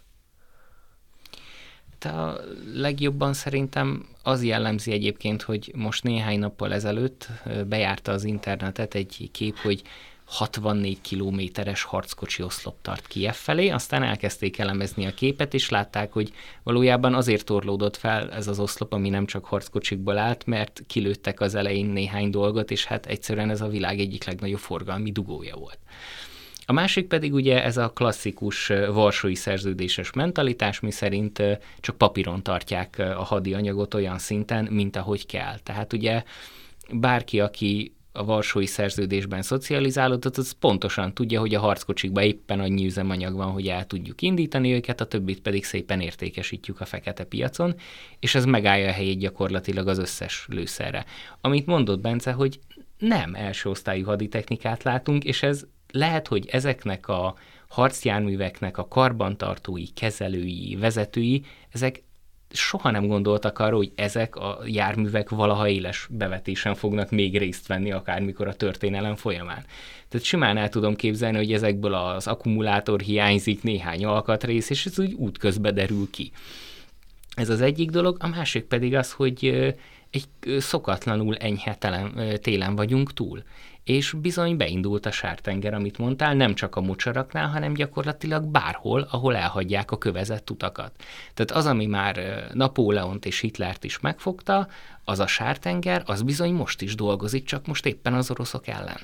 A legjobban szerintem az jellemzi egyébként, hogy most néhány nappal ezelőtt bejárta az internetet egy kép, hogy 64 kilométeres harckocsi oszlop tart Kijev felé, aztán elkezdték elemezni a képet, és látták, hogy valójában azért torlódott fel ez az oszlop, ami nem csak harckocsikból állt, mert kilőttek az elején néhány dolgot, és hát egyszerűen ez a világ egyik legnagyobb forgalmi dugója volt. A másik pedig ugye ez a klasszikus varsói szerződéses mentalitás, miszerint csak papíron tartják a hadi anyagot olyan szinten, mint ahogy kell. Tehát ugye bárki, aki a varsói szerződésben szocializálódott, az pontosan tudja, hogy a harckocsikban éppen annyi üzemanyag van, hogy el tudjuk indítani őket, a többit pedig szépen értékesítjük a fekete piacon, és ez megállja a helyét gyakorlatilag az összes lőszerre. Amit mondott Bence, hogy nem első osztályú haditechnikát látunk, és ez lehet, hogy ezeknek a harcjárműveknek a karbantartói, kezelői, vezetői, ezek soha nem gondoltak arra, hogy ezek a járművek valaha éles bevetésen fognak még részt venni akármikor a történelem folyamán. Tehát simán el tudom képzelni, hogy ezekből az akkumulátor hiányzik, néhány alkatrész, és ez úgy útközben derül ki. Ez az egyik dolog, a másik pedig az, hogy egy szokatlanul enyhe télen vagyunk túl. És bizony beindult a sártenger, amit mondtál, nem csak a mocsaraknál, hanem gyakorlatilag bárhol, ahol elhagyják a kövezett utakat. Tehát az, ami már Napóleont és Hitlert is megfogta, az a sártenger, az bizony most is dolgozik, csak most éppen az oroszok ellen.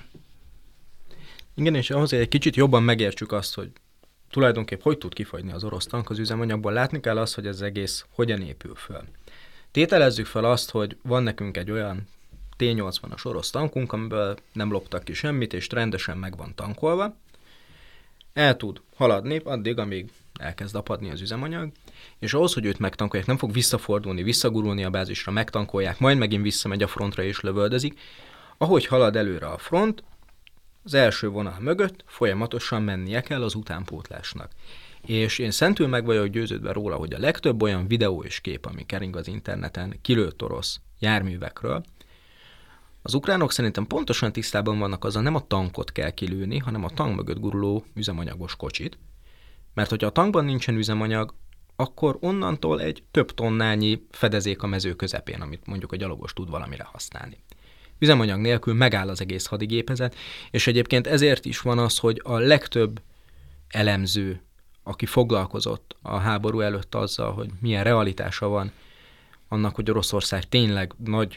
Igen, és ahhoz egy kicsit jobban megértsük azt, hogy tulajdonképp hogy tud kifogyni az orosz tank az üzemanyagból, látni kell azt, hogy ez egész hogyan épül föl. Tételezzük fel azt, hogy van nekünk egy olyan T-80-as orosz tankunk, amiből nem loptak ki semmit, és rendesen meg van tankolva. El tud haladni addig, amíg elkezd apadni az üzemanyag, és ahhoz, hogy őt megtankolják, nem fog visszafordulni, visszagurulni a bázisra, megtankolják, majd megint visszamegy a frontra és lövöldözik. Ahogy halad előre a front, az első vonal mögött folyamatosan mennie kell az utánpótlásnak. És én szentül meg vagyok győződve róla, hogy a legtöbb olyan videó és kép, ami kering az interneten kilőtt orosz járművekről, az ukránok szerintem pontosan tisztában vannak azzal, nem a tankot kell kilőni, hanem a tank mögött guruló üzemanyagos kocsit. Mert hogyha a tankban nincsen üzemanyag, akkor onnantól egy több tonnányi fedezék a mező közepén, amit mondjuk a gyalogos tud valamire használni. Üzemanyag nélkül megáll az egész hadigépezet, és egyébként ezért is van az, hogy a legtöbb elemző, aki foglalkozott a háború előtt azzal, hogy milyen realitása van annak, hogy Oroszország tényleg nagy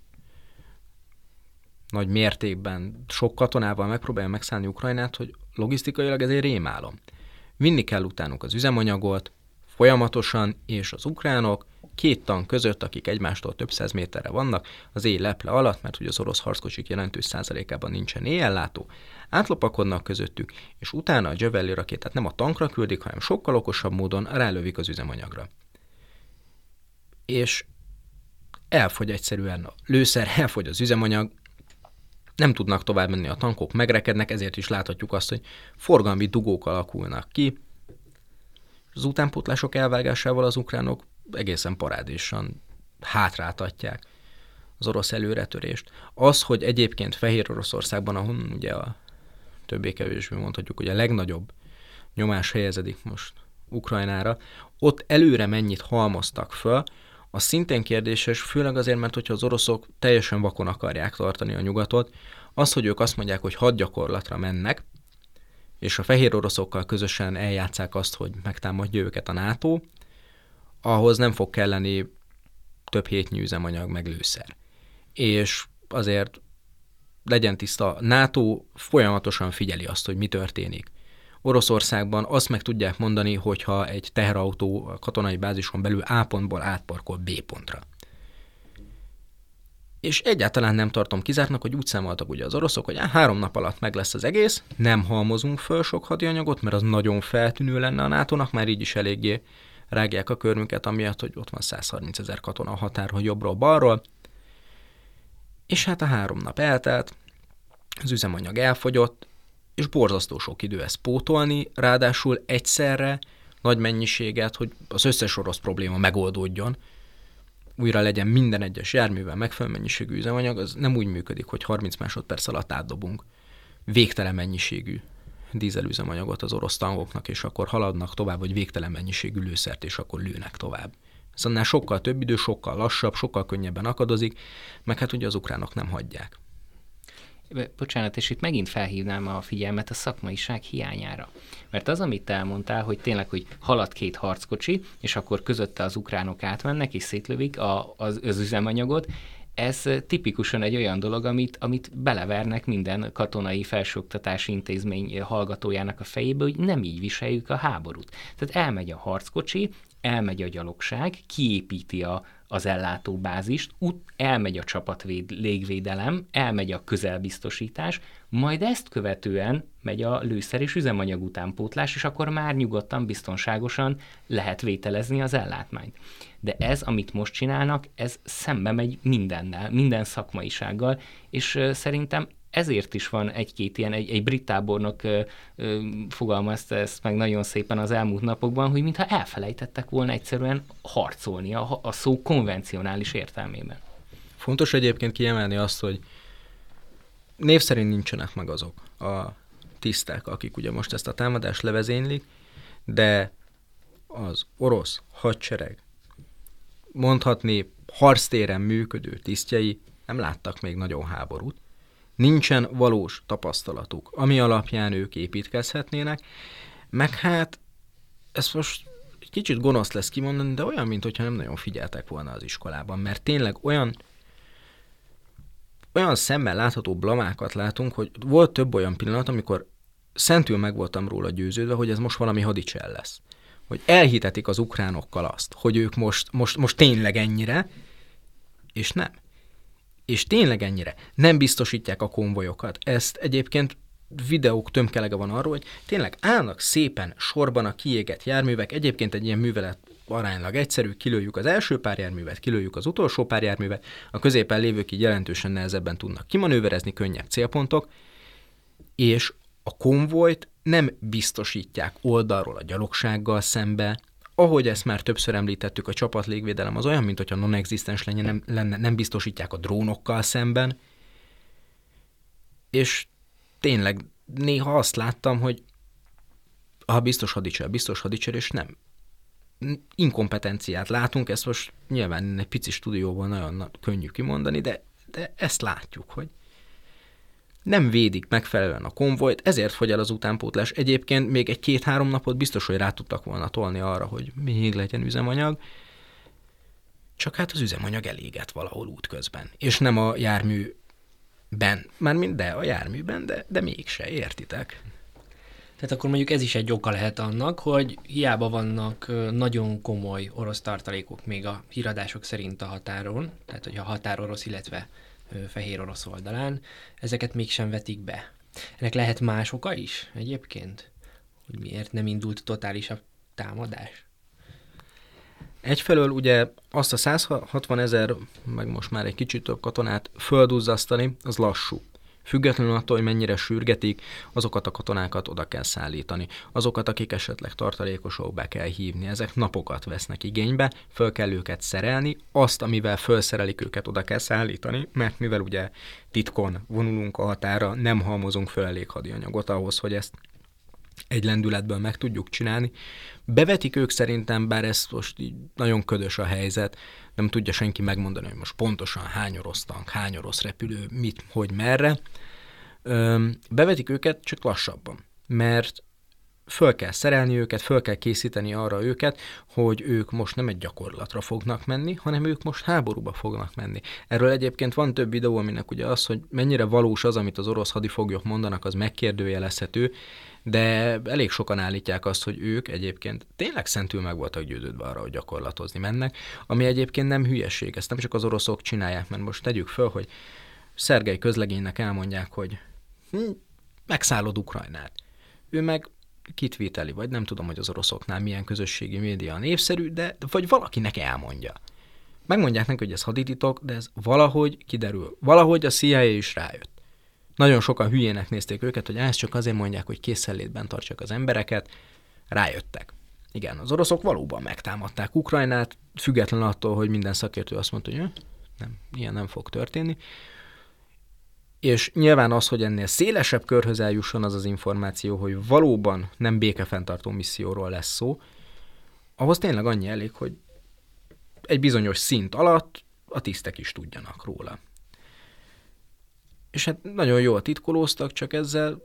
mértékben sok katonával megpróbálja megszállni Ukrajnát, hogy logisztikailag ez egy rémálom. Vinni kell utánuk az üzemanyagot, folyamatosan, és az ukránok két tank között, akik egymástól több száz méterre vannak, az éj leple alatt, mert ugye az orosz harckocsik jelentős százalékában nincsen éjjellátó, átlopakodnak közöttük, és utána a Javelin rakétát nem a tankra küldik, hanem sokkal okosabb módon rálövik az üzemanyagra. És elfogy egyszerűen a lőszer, elfogy az üzemanyag, nem tudnak tovább menni a tankok, megrekednek, ezért is láthatjuk azt, hogy forgalmi dugók alakulnak ki. Az utánpótlások elvágásával az ukránok egészen parádésan hátráltatják az orosz előretörést. Az, hogy egyébként Fehér Oroszországban, ahonnan ugye a többé-kevésbé mondhatjuk, hogy a legnagyobb nyomás helyezedik most Ukrajnára, ott előre mennyit halmoztak föl, az szintén kérdéses, főleg azért, mert hogyha az oroszok teljesen vakon akarják tartani a nyugatot, az, hogy ők azt mondják, hogy hadgyakorlatra mennek, és a fehér oroszokkal közösen eljátszák azt, hogy megtámadja őket a NATO, ahhoz nem fog kelleni több hétnyi üzemanyag meg lőszer. És azért legyen tiszta, NATO folyamatosan figyeli azt, hogy mi történik. Oroszországban azt meg tudják mondani, hogyha egy teherautó a katonai bázison belül A pontból átparkol B pontra. És egyáltalán nem tartom kizártnak, hogy úgy számoltak ugye az oroszok, hogy 3 nap alatt meg lesz az egész, nem halmozunk föl sok hadianyagot, mert az nagyon feltűnő lenne a NATO-nak, már így is eléggé rágják a körmünket, amiatt, hogy ott van 130 000 katona a határhoz jobbról-balról. És hát a 3 nap eltelt, az üzemanyag elfogyott, és borzasztó sok idő ezt pótolni, ráadásul egyszerre nagy mennyiséget, hogy az összes orosz probléma megoldódjon, újra legyen minden egyes járművel megfelelő mennyiségű üzemanyag, az nem úgy működik, hogy 30 másodperc alatt átdobunk végtelen mennyiségű dízelüzemanyagot az orosz tankoknak, és akkor haladnak tovább, vagy végtelen mennyiségű lőszert, és akkor lőnek tovább. Ez annál sokkal több idő, sokkal lassabb, sokkal könnyebben akadozik, meg hát ugye az ukránok nem hagyják. Bocsánat, és itt megint felhívnám a figyelmet a szakmaiság hiányára. Mert az, amit te elmondtál, hogy tényleg, hogy halad 2 harckocsi, és akkor közötte az ukránok átmennek, és szétlövik az üzemanyagot, ez tipikusan egy olyan dolog, amit belevernek minden katonai felsőoktatási intézmény hallgatójának a fejébe, hogy nem így viseljük a háborút. Tehát elmegy a harckocsi, elmegy a gyalogság, kiépíti az ellátóbázist, elmegy a légvédelem, elmegy a közelbiztosítás, majd ezt követően megy a lőszer és üzemanyag utánpótlás, és akkor már nyugodtan, biztonságosan lehet vételezni az ellátmányt. De ez, amit most csinálnak, ez szembe megy mindennel, minden szakmaisággal, és szerintem ezért is van egy-két ilyen, egy brit tábornok fogalmazta ezt meg nagyon szépen az elmúlt napokban, hogy mintha elfelejtettek volna egyszerűen harcolni a szó konvencionális értelmében. Fontos egyébként kiemelni azt, hogy név szerint nincsenek meg azok a tisztek, akik ugye most ezt a támadást levezénylik, de az orosz hadsereg mondhatni harctéren működő tisztjei nem láttak még nagyon háborút, nincsen valós tapasztalatuk, ami alapján ők építkezhetnének, meg hát ez most egy kicsit gonosz lesz kimondani, de olyan, mintha nem nagyon figyeltek volna az iskolában, mert tényleg olyan szemmel látható blamákat látunk, hogy volt több olyan pillanat, amikor szentül meg voltam róla győződve, hogy ez most valami hadicsel lesz. Hogy elhitetik az ukránokkal azt, hogy ők most tényleg ennyire, és nem. És tényleg ennyire nem biztosítják a konvojokat. Ezt egyébként videók tömkelege van arról, hogy tényleg állnak szépen sorban a kiégett járművek, egyébként egy ilyen művelet aránylag egyszerű, kilőjük az első pár járművet, kilőjük az utolsó pár járművet, a középen lévők így jelentősen nehezebben tudnak kimanőverezni, könnyebb célpontok, és a konvojt nem biztosítják oldalról a gyalogsággal szembe. Ahogy ezt már többször említettük, a csapatlégvédelem az olyan, mint hogyha non-existens lenne, nem biztosítják a drónokkal szemben. És tényleg néha azt láttam, hogy biztos hadicser, és nem. Inkompetenciát látunk, ezt most nyilván egy pici stúdióban nagyon könnyű kimondani, de ezt látjuk, hogy nem védik megfelelően a konvojt, ezért fogy el az utánpótlás. Egyébként még egy 2-3 napot biztos, hogy rá tudtak volna tolni arra, hogy még legyen üzemanyag, csak hát az üzemanyag elégett valahol útközben. És nem a járműben, mármint de a járműben, de mégse, értitek? Tehát akkor mondjuk ez is egy oka lehet annak, hogy hiába vannak nagyon komoly orosz tartalékok még a híradások szerint a határon, tehát hogy a határorosz, illetve fehér orosz oldalán, ezeket mégsem vetik be. Ennek lehet más oka is egyébként? Hogy miért nem indult totálisabb támadás? Egyfelől ugye azt a 160 000, meg most már egy kicsit több katonát földuzzasztani, az lassú. Függetlenül attól, hogy mennyire sürgetik, azokat a katonákat oda kell szállítani. Azokat, akik esetleg tartalékosok, be kell hívni. Ezek napokat vesznek igénybe, föl kell őket szerelni, azt, amivel felszerelik őket, oda kell szállítani, mert mivel ugye titkon vonulunk a határa, nem halmozunk föl elég hadianyagot ahhoz, hogy ezt egy lendületből meg tudjuk csinálni. Bevetik ők szerintem, bár ez most így nagyon ködös a helyzet, nem tudja senki megmondani, hogy most pontosan hány orosz tank, hány orosz repülő, mit, hogy, merre. Bevetik őket, csak lassabban, mert föl kell szerelni őket, föl kell készíteni arra őket, hogy ők most nem egy gyakorlatra fognak menni, hanem ők most háborúba fognak menni. Erről egyébként van több videó, aminek ugye az, hogy mennyire valós az, amit az orosz hadifoglyok mondanak, az megkérdőjelezhető, de elég sokan állítják azt, hogy ők egyébként tényleg szentül meg voltak győződve arra, hogy gyakorlatozni mennek, ami egyébként nem hülyeség, ezt nem csak az oroszok csinálják, mert most tegyük föl, hogy Szergej Közlegénynek elmondják, hogy megszállod Ukrajnát. Ő meg kitvíiteli, vagy nem tudom, hogy az oroszoknál milyen közösségi média népszerű, de vagy valakinek elmondja. Megmondják neki, hogy ez hadititok, de ez valahogy kiderül. Valahogy a CIA is rájött. Nagyon sokan hülyének nézték őket, hogy ezt csak azért mondják, hogy készenlétben tartsak az embereket. Rájöttek. Igen, az oroszok valóban megtámadták Ukrajnát, független attól, hogy minden szakértő azt mondta, hogy nem, ilyen nem fog történni. És nyilván az, hogy ennél szélesebb körhöz eljusson az az információ, hogy valóban nem békefenntartó misszióról lesz szó, ahhoz tényleg annyi elég, hogy egy bizonyos szint alatt a tisztek is tudjanak róla. És hát nagyon jól titkolóztak, csak ezzel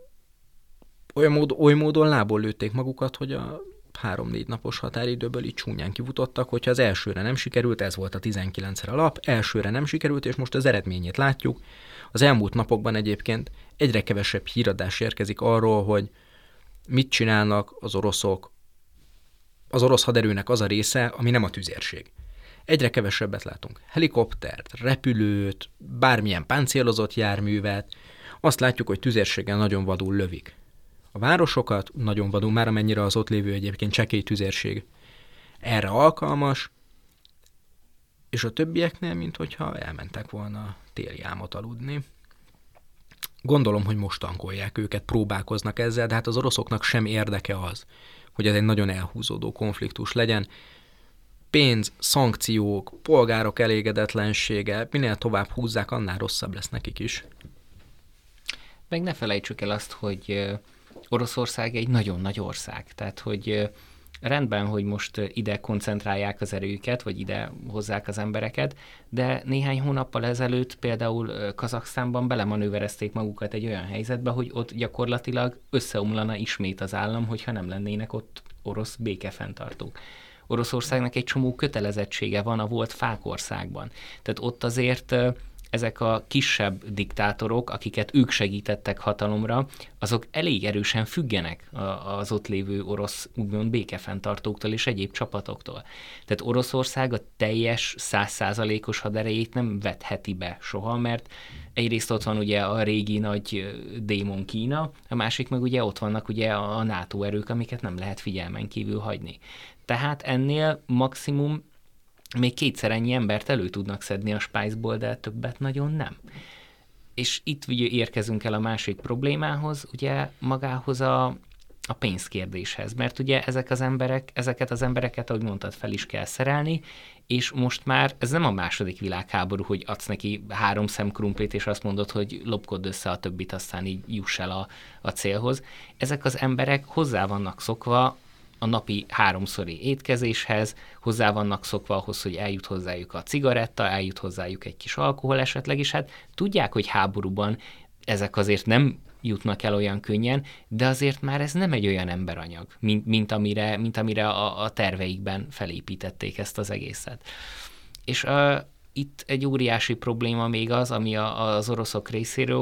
oly módon lából lőtték magukat, hogy a 3-4 napos határidőből így csúnyán kivutottak, hogyha az elsőre nem sikerült, ez volt a 19-re alap, elsőre nem sikerült, és most az eredményét látjuk. Az elmúlt napokban egyébként egyre kevesebb híradás érkezik arról, hogy mit csinálnak az oroszok, az orosz haderőnek az a része, ami nem a tüzérség. Egyre kevesebbet látunk. Helikoptert, repülőt, bármilyen páncélozott járművet. Azt látjuk, hogy tüzérséggel nagyon vadul lövik. A városokat nagyon vadul, már amennyire az ott lévő egyébként csekély tüzérség erre alkalmas, és a többieknél, minthogyha elmentek volna téli álmot aludni. Gondolom, hogy most tankolják őket, próbálkoznak ezzel, de hát az oroszoknak sem érdeke az, hogy ez egy nagyon elhúzódó konfliktus legyen. Pénz, szankciók, polgárok elégedetlensége, minél tovább húzzák, annál rosszabb lesz nekik is. Meg ne felejtsük el azt, hogy Oroszország egy nagyon nagy ország, tehát hogy rendben, hogy most ide koncentrálják az erőket, vagy ide hozzák az embereket, de néhány hónappal ezelőtt például Kazaksztánban belemanőverezték magukat egy olyan helyzetbe, hogy ott gyakorlatilag összeomlana ismét az állam, hogyha nem lennének ott orosz békefenntartók. Oroszországnak egy csomó kötelezettsége van a volt Fákországban. Tehát ott azért ezek a kisebb diktátorok, akiket ők segítettek hatalomra, azok elég erősen függenek az ott lévő orosz úgymond békefenntartóktól és egyéb csapatoktól. Tehát Oroszország a teljes 100%-os haderejét nem vetheti be soha, mert egyrészt ott van ugye a régi nagy démon Kína, a másik meg ugye ott vannak ugye a NATO erők, amiket nem lehet figyelmen kívül hagyni. Tehát ennél maximum még 2-szer ennyi embert elő tudnak szedni a Spiceból, de többet nagyon nem. És itt ugye érkezünk el a másik problémához, ugye magához a pénzkérdéshez, mert ugye ezeket az embereket, ahogy mondtad, fel is kell szerelni, és most már ez nem a második világháború, hogy adsz neki 3 szem krumplit, és azt mondod, hogy lopkodd össze a többit, aztán így juss el a célhoz. Ezek az emberek hozzá vannak szokva a napi 3-szori étkezéshez, hozzá vannak szokva ahhoz, hogy eljut hozzájuk a cigaretta, eljut hozzájuk egy kis alkohol esetleg, és hát tudják, hogy háborúban ezek azért nem jutnak el olyan könnyen, de azért már ez nem egy olyan emberanyag, mint amire a terveikben felépítették ezt az egészet. És itt egy óriási probléma még az, ami az oroszok részéről, hogy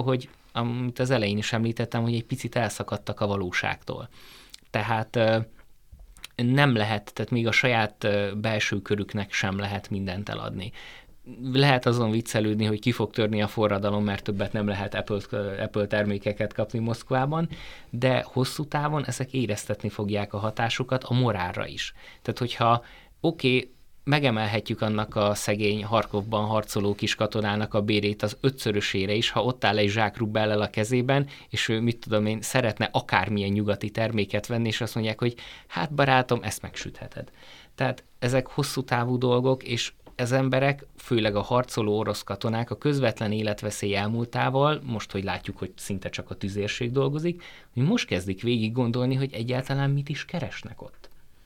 amit az elején is említettem, hogy egy picit elszakadtak a valóságtól. Tehát nem lehet, tehát még a saját belső körüknek sem lehet mindent eladni. Lehet azon viccelődni, hogy ki fog törni a forradalom, mert többet nem lehet Apple termékeket kapni Moszkvában, de hosszú távon ezek éreztetni fogják a hatásukat a morálra is. Tehát, hogyha megemelhetjük annak a szegény Harkovban harcoló kis katonának a bérét az 5-szörösére is, ha ott áll egy zsák rubellel a kezében, és ő, szeretne akármilyen nyugati terméket venni, és azt mondják, hogy hát barátom, ezt megsütheted. Tehát ezek hosszú távú dolgok, és ez emberek, főleg a harcoló orosz katonák a közvetlen életveszély elmúltával, most, hogy látjuk, hogy szinte csak a tüzérség dolgozik, hogy most kezdik végig gondolni, hogy egyáltalán mit is keresnek ott.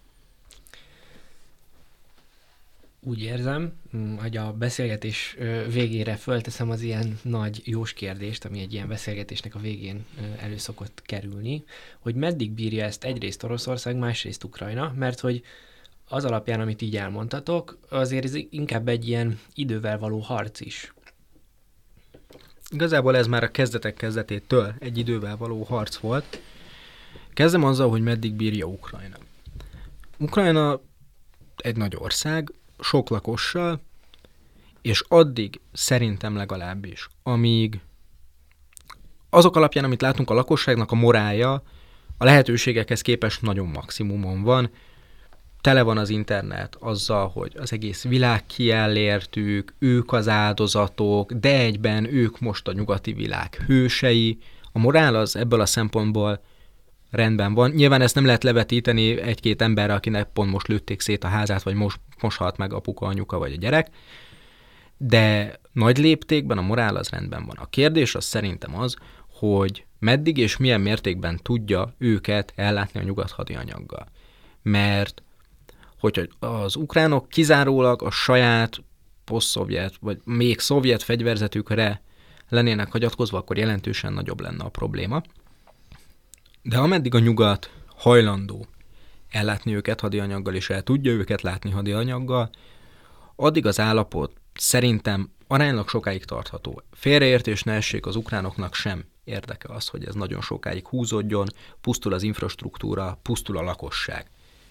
Úgy érzem, hogy a beszélgetés végére fölteszem az ilyen nagy jós kérdést, ami egy ilyen beszélgetésnek a végén elő szokott kerülni, hogy meddig bírja ezt egyrészt Oroszország, másrészt Ukrajna, mert hogy az alapján, amit így elmondtatok, azért ez inkább egy ilyen idővel való harc is. Igazából ez már a kezdetek kezdetétől egy idővel való harc volt. Kezdem azzal, hogy meddig bírja Ukrajna. Ukrajna egy nagy ország, sok lakossal, és addig szerintem legalábbis, amíg azok alapján, amit látunk, a lakosságnak a morálja a lehetőségekhez képest nagyon maximumon van. Tele van az internet azzal, hogy az egész világ kiáll értük, ők az áldozatok, de egyben ők most a nyugati világ hősei. A morál az ebből a szempontból rendben van. Nyilván ezt nem lehet levetíteni egy-két emberre, akinek pont most lőtték szét a házát, vagy most halt meg apuka, anyuka, vagy a gyerek, de nagy léptékben a morál az rendben van. A kérdés az szerintem az, hogy meddig és milyen mértékben tudja őket ellátni a nyugat hadianyaggal. Mert hogyha az ukránok kizárólag a saját posztszovjet, vagy még szovjet fegyverzetükre lennének hagyatkozva, akkor jelentősen nagyobb lenne a probléma. De ameddig a nyugat hajlandó ellátni őket hadianyaggal, és el tudja őket látni hadianyaggal, addig az állapot szerintem aránylag sokáig tartható. Félreértés ne essék, az ukránoknak sem érdeke az, hogy ez nagyon sokáig húzódjon, pusztul az infrastruktúra, pusztul a lakosság.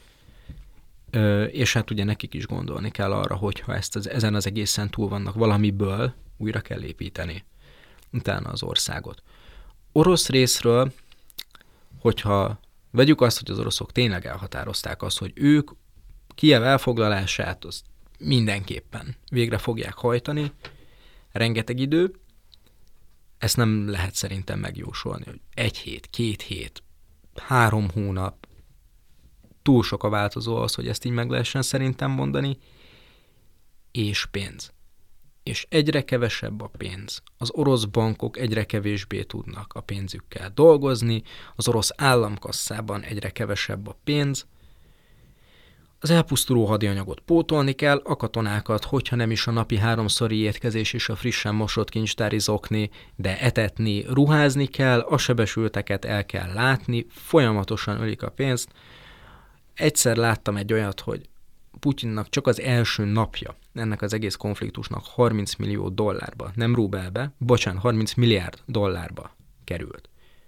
És hát ugye nekik is gondolni kell arra, hogyha ezen az egészen túl vannak, valamiből újra kell építeni utána az országot. Orosz részről, hogyha vegyük azt, hogy az oroszok tényleg elhatározták azt, hogy ők Kijev elfoglalását azt mindenképpen végre fogják hajtani, rengeteg idő, ezt nem lehet szerintem megjósolni, hogy 1 hét, 2 hét, 3 hónap, túl sok a változó az, hogy ezt így meg lehessen szerintem mondani, és pénz. És egyre kevesebb a pénz. Az orosz bankok egyre kevésbé tudnak a pénzükkel dolgozni, az orosz államkasszában egyre kevesebb a pénz, az elpusztuló hadianyagot pótolni kell, a katonákat, hogyha nem is a napi 3-szori étkezés és a frissen mosott kincstári zokni, de etetni, ruházni kell, a sebesülteket el kell látni, folyamatosan ölik a pénzt. Egyszer láttam egy olyat, hogy Putyinnak csak az első napja ennek az egész konfliktusnak $30 millió, nem rubelbe, 30 milliárd dollárba került.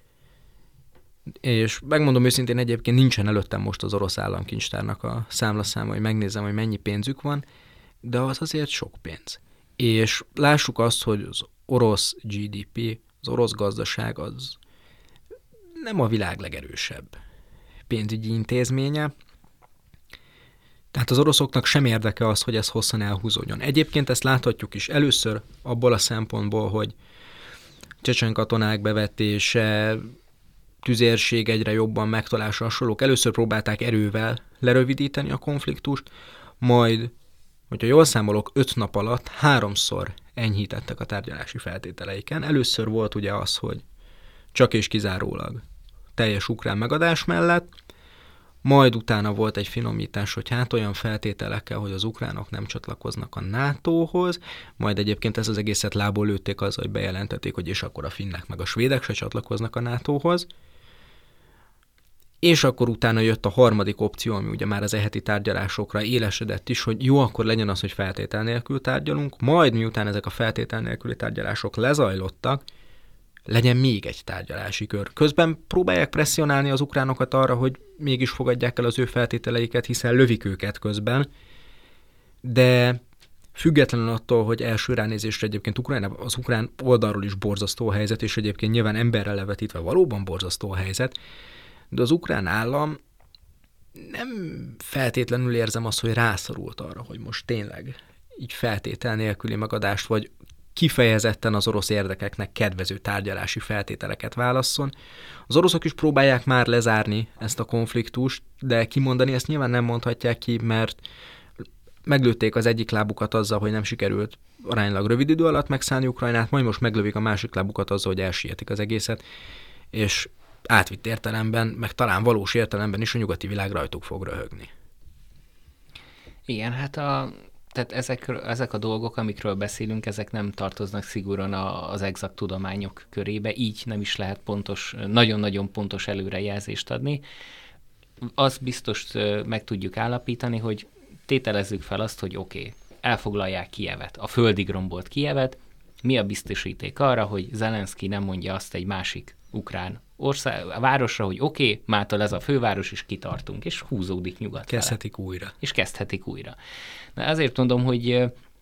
És megmondom őszintén, egyébként nincsen előttem most az orosz államkincstárnak a számlaszáma, hogy megnézem, hogy mennyi pénzük van, de az azért sok pénz. És lássuk azt, hogy az orosz GDP, az orosz gazdaság az nem a világ legerősebb pénzügyi intézménye, tehát az oroszoknak sem érdeke az, hogy ez hosszan elhúzódjon. Egyébként ezt láthatjuk is először abból a szempontból, hogy csecsen katonák bevetése, tüzérség egyre jobban megtalálása, hasonlók. Először próbálták erővel lerövidíteni a konfliktust, majd, hogyha jól számolok, 5 nap alatt 3-szor enyhítettek a tárgyalási feltételeiken. Először volt ugye az, hogy csak és kizárólag teljes ukrán megadás mellett, majd utána volt egy finomítás, hogy hát olyan feltételekkel, hogy az ukránok nem csatlakoznak a NATO-hoz, majd egyébként ezt az egészet lából lőtték azzal, hogy bejelentették, hogy és akkor a finnek meg a svédek se csatlakoznak a NATO-hoz. És akkor utána jött a harmadik opció, ami ugye már az heti tárgyalásokra élesedett is, hogy jó, akkor legyen az, hogy feltétel nélkül tárgyalunk, majd miután ezek a feltétel nélküli tárgyalások lezajlottak, legyen még egy tárgyalási kör. Közben próbálják presszionálni az ukránokat arra, hogy mégis fogadják el az ő feltételeiket, hiszen lövik őket közben, de függetlenül attól, hogy első ránézésre egyébként az ukrán oldalról is borzasztó a helyzet, és egyébként nyilván emberre levetítve valóban borzasztó a helyzet, de az ukrán állam nem feltétlenül érzem azt, hogy rászorult arra, hogy most tényleg így feltétel nélküli megadást, vagy kifejezetten az orosz érdekeknek kedvező tárgyalási feltételeket válasszon. Az oroszok is próbálják már lezárni ezt a konfliktust, de kimondani ezt nyilván nem mondhatják ki, mert meglőtték az egyik lábukat azzal, hogy nem sikerült aránylag rövid idő alatt megszállni Ukrajnát, majd most meglövik a másik lábukat azzal, hogy elsietik az egészet, és átvitt értelemben, meg talán valós értelemben is a nyugati világ rajtuk fog röhögni. Igen, hát tehát ezek a dolgok, amikről beszélünk, ezek nem tartoznak szigorúan az exakt tudományok körébe, így nem is lehet nagyon-nagyon pontos előrejelzést adni. Azt biztos meg tudjuk állapítani, hogy tételezzük fel azt, hogy oké, elfoglalják Kijevet, a földig rombolt Kijevet, mi a biztosíték arra, hogy Zelenszky nem mondja azt egy másik ukrán városra, hogy oké, mától ez a főváros, és kitartunk, és húzódik nyugat. Kezdhetik újra. És kezdhetik újra. Na azért mondom, hogy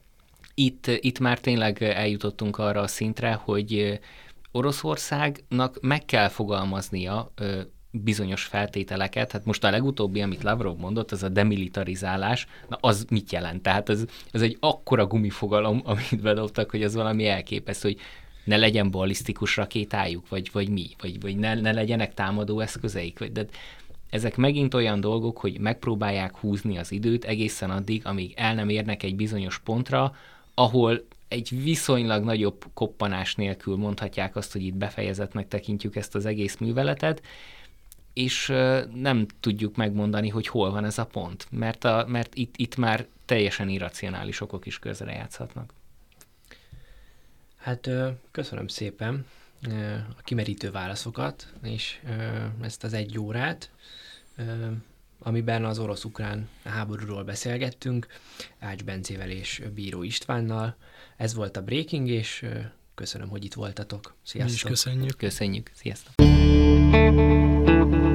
itt már tényleg eljutottunk arra a szintre, hogy Oroszországnak meg kell fogalmaznia bizonyos feltételeket. Hát most a legutóbbi, amit Lavrov mondott, az a demilitarizálás, na az mit jelent? Tehát ez egy akkora gumifogalom, amit bedobtak, hogy az valami elképesztő, hogy ne legyen ballisztikus rakétájuk, vagy mi, vagy ne legyenek támadó eszközeik. De ezek megint olyan dolgok, hogy megpróbálják húzni az időt egészen addig, amíg el nem érnek egy bizonyos pontra, ahol egy viszonylag nagyobb koppanás nélkül mondhatják azt, hogy itt befejezetnek tekintjük ezt az egész műveletet, és nem tudjuk megmondani, hogy hol van ez a pont, mert itt már teljesen irracionális okok is közrejátszhatnak. Hát köszönöm szépen a kimerítő válaszokat, és ezt az 1 órát, amiben az orosz-ukrán háborúról beszélgettünk, Ács Bencével és Bíró Istvánnal. Ez volt a Breaking, és köszönöm, hogy itt voltatok. Sziasztok! Mi is köszönjük. Köszönjük, sziasztok!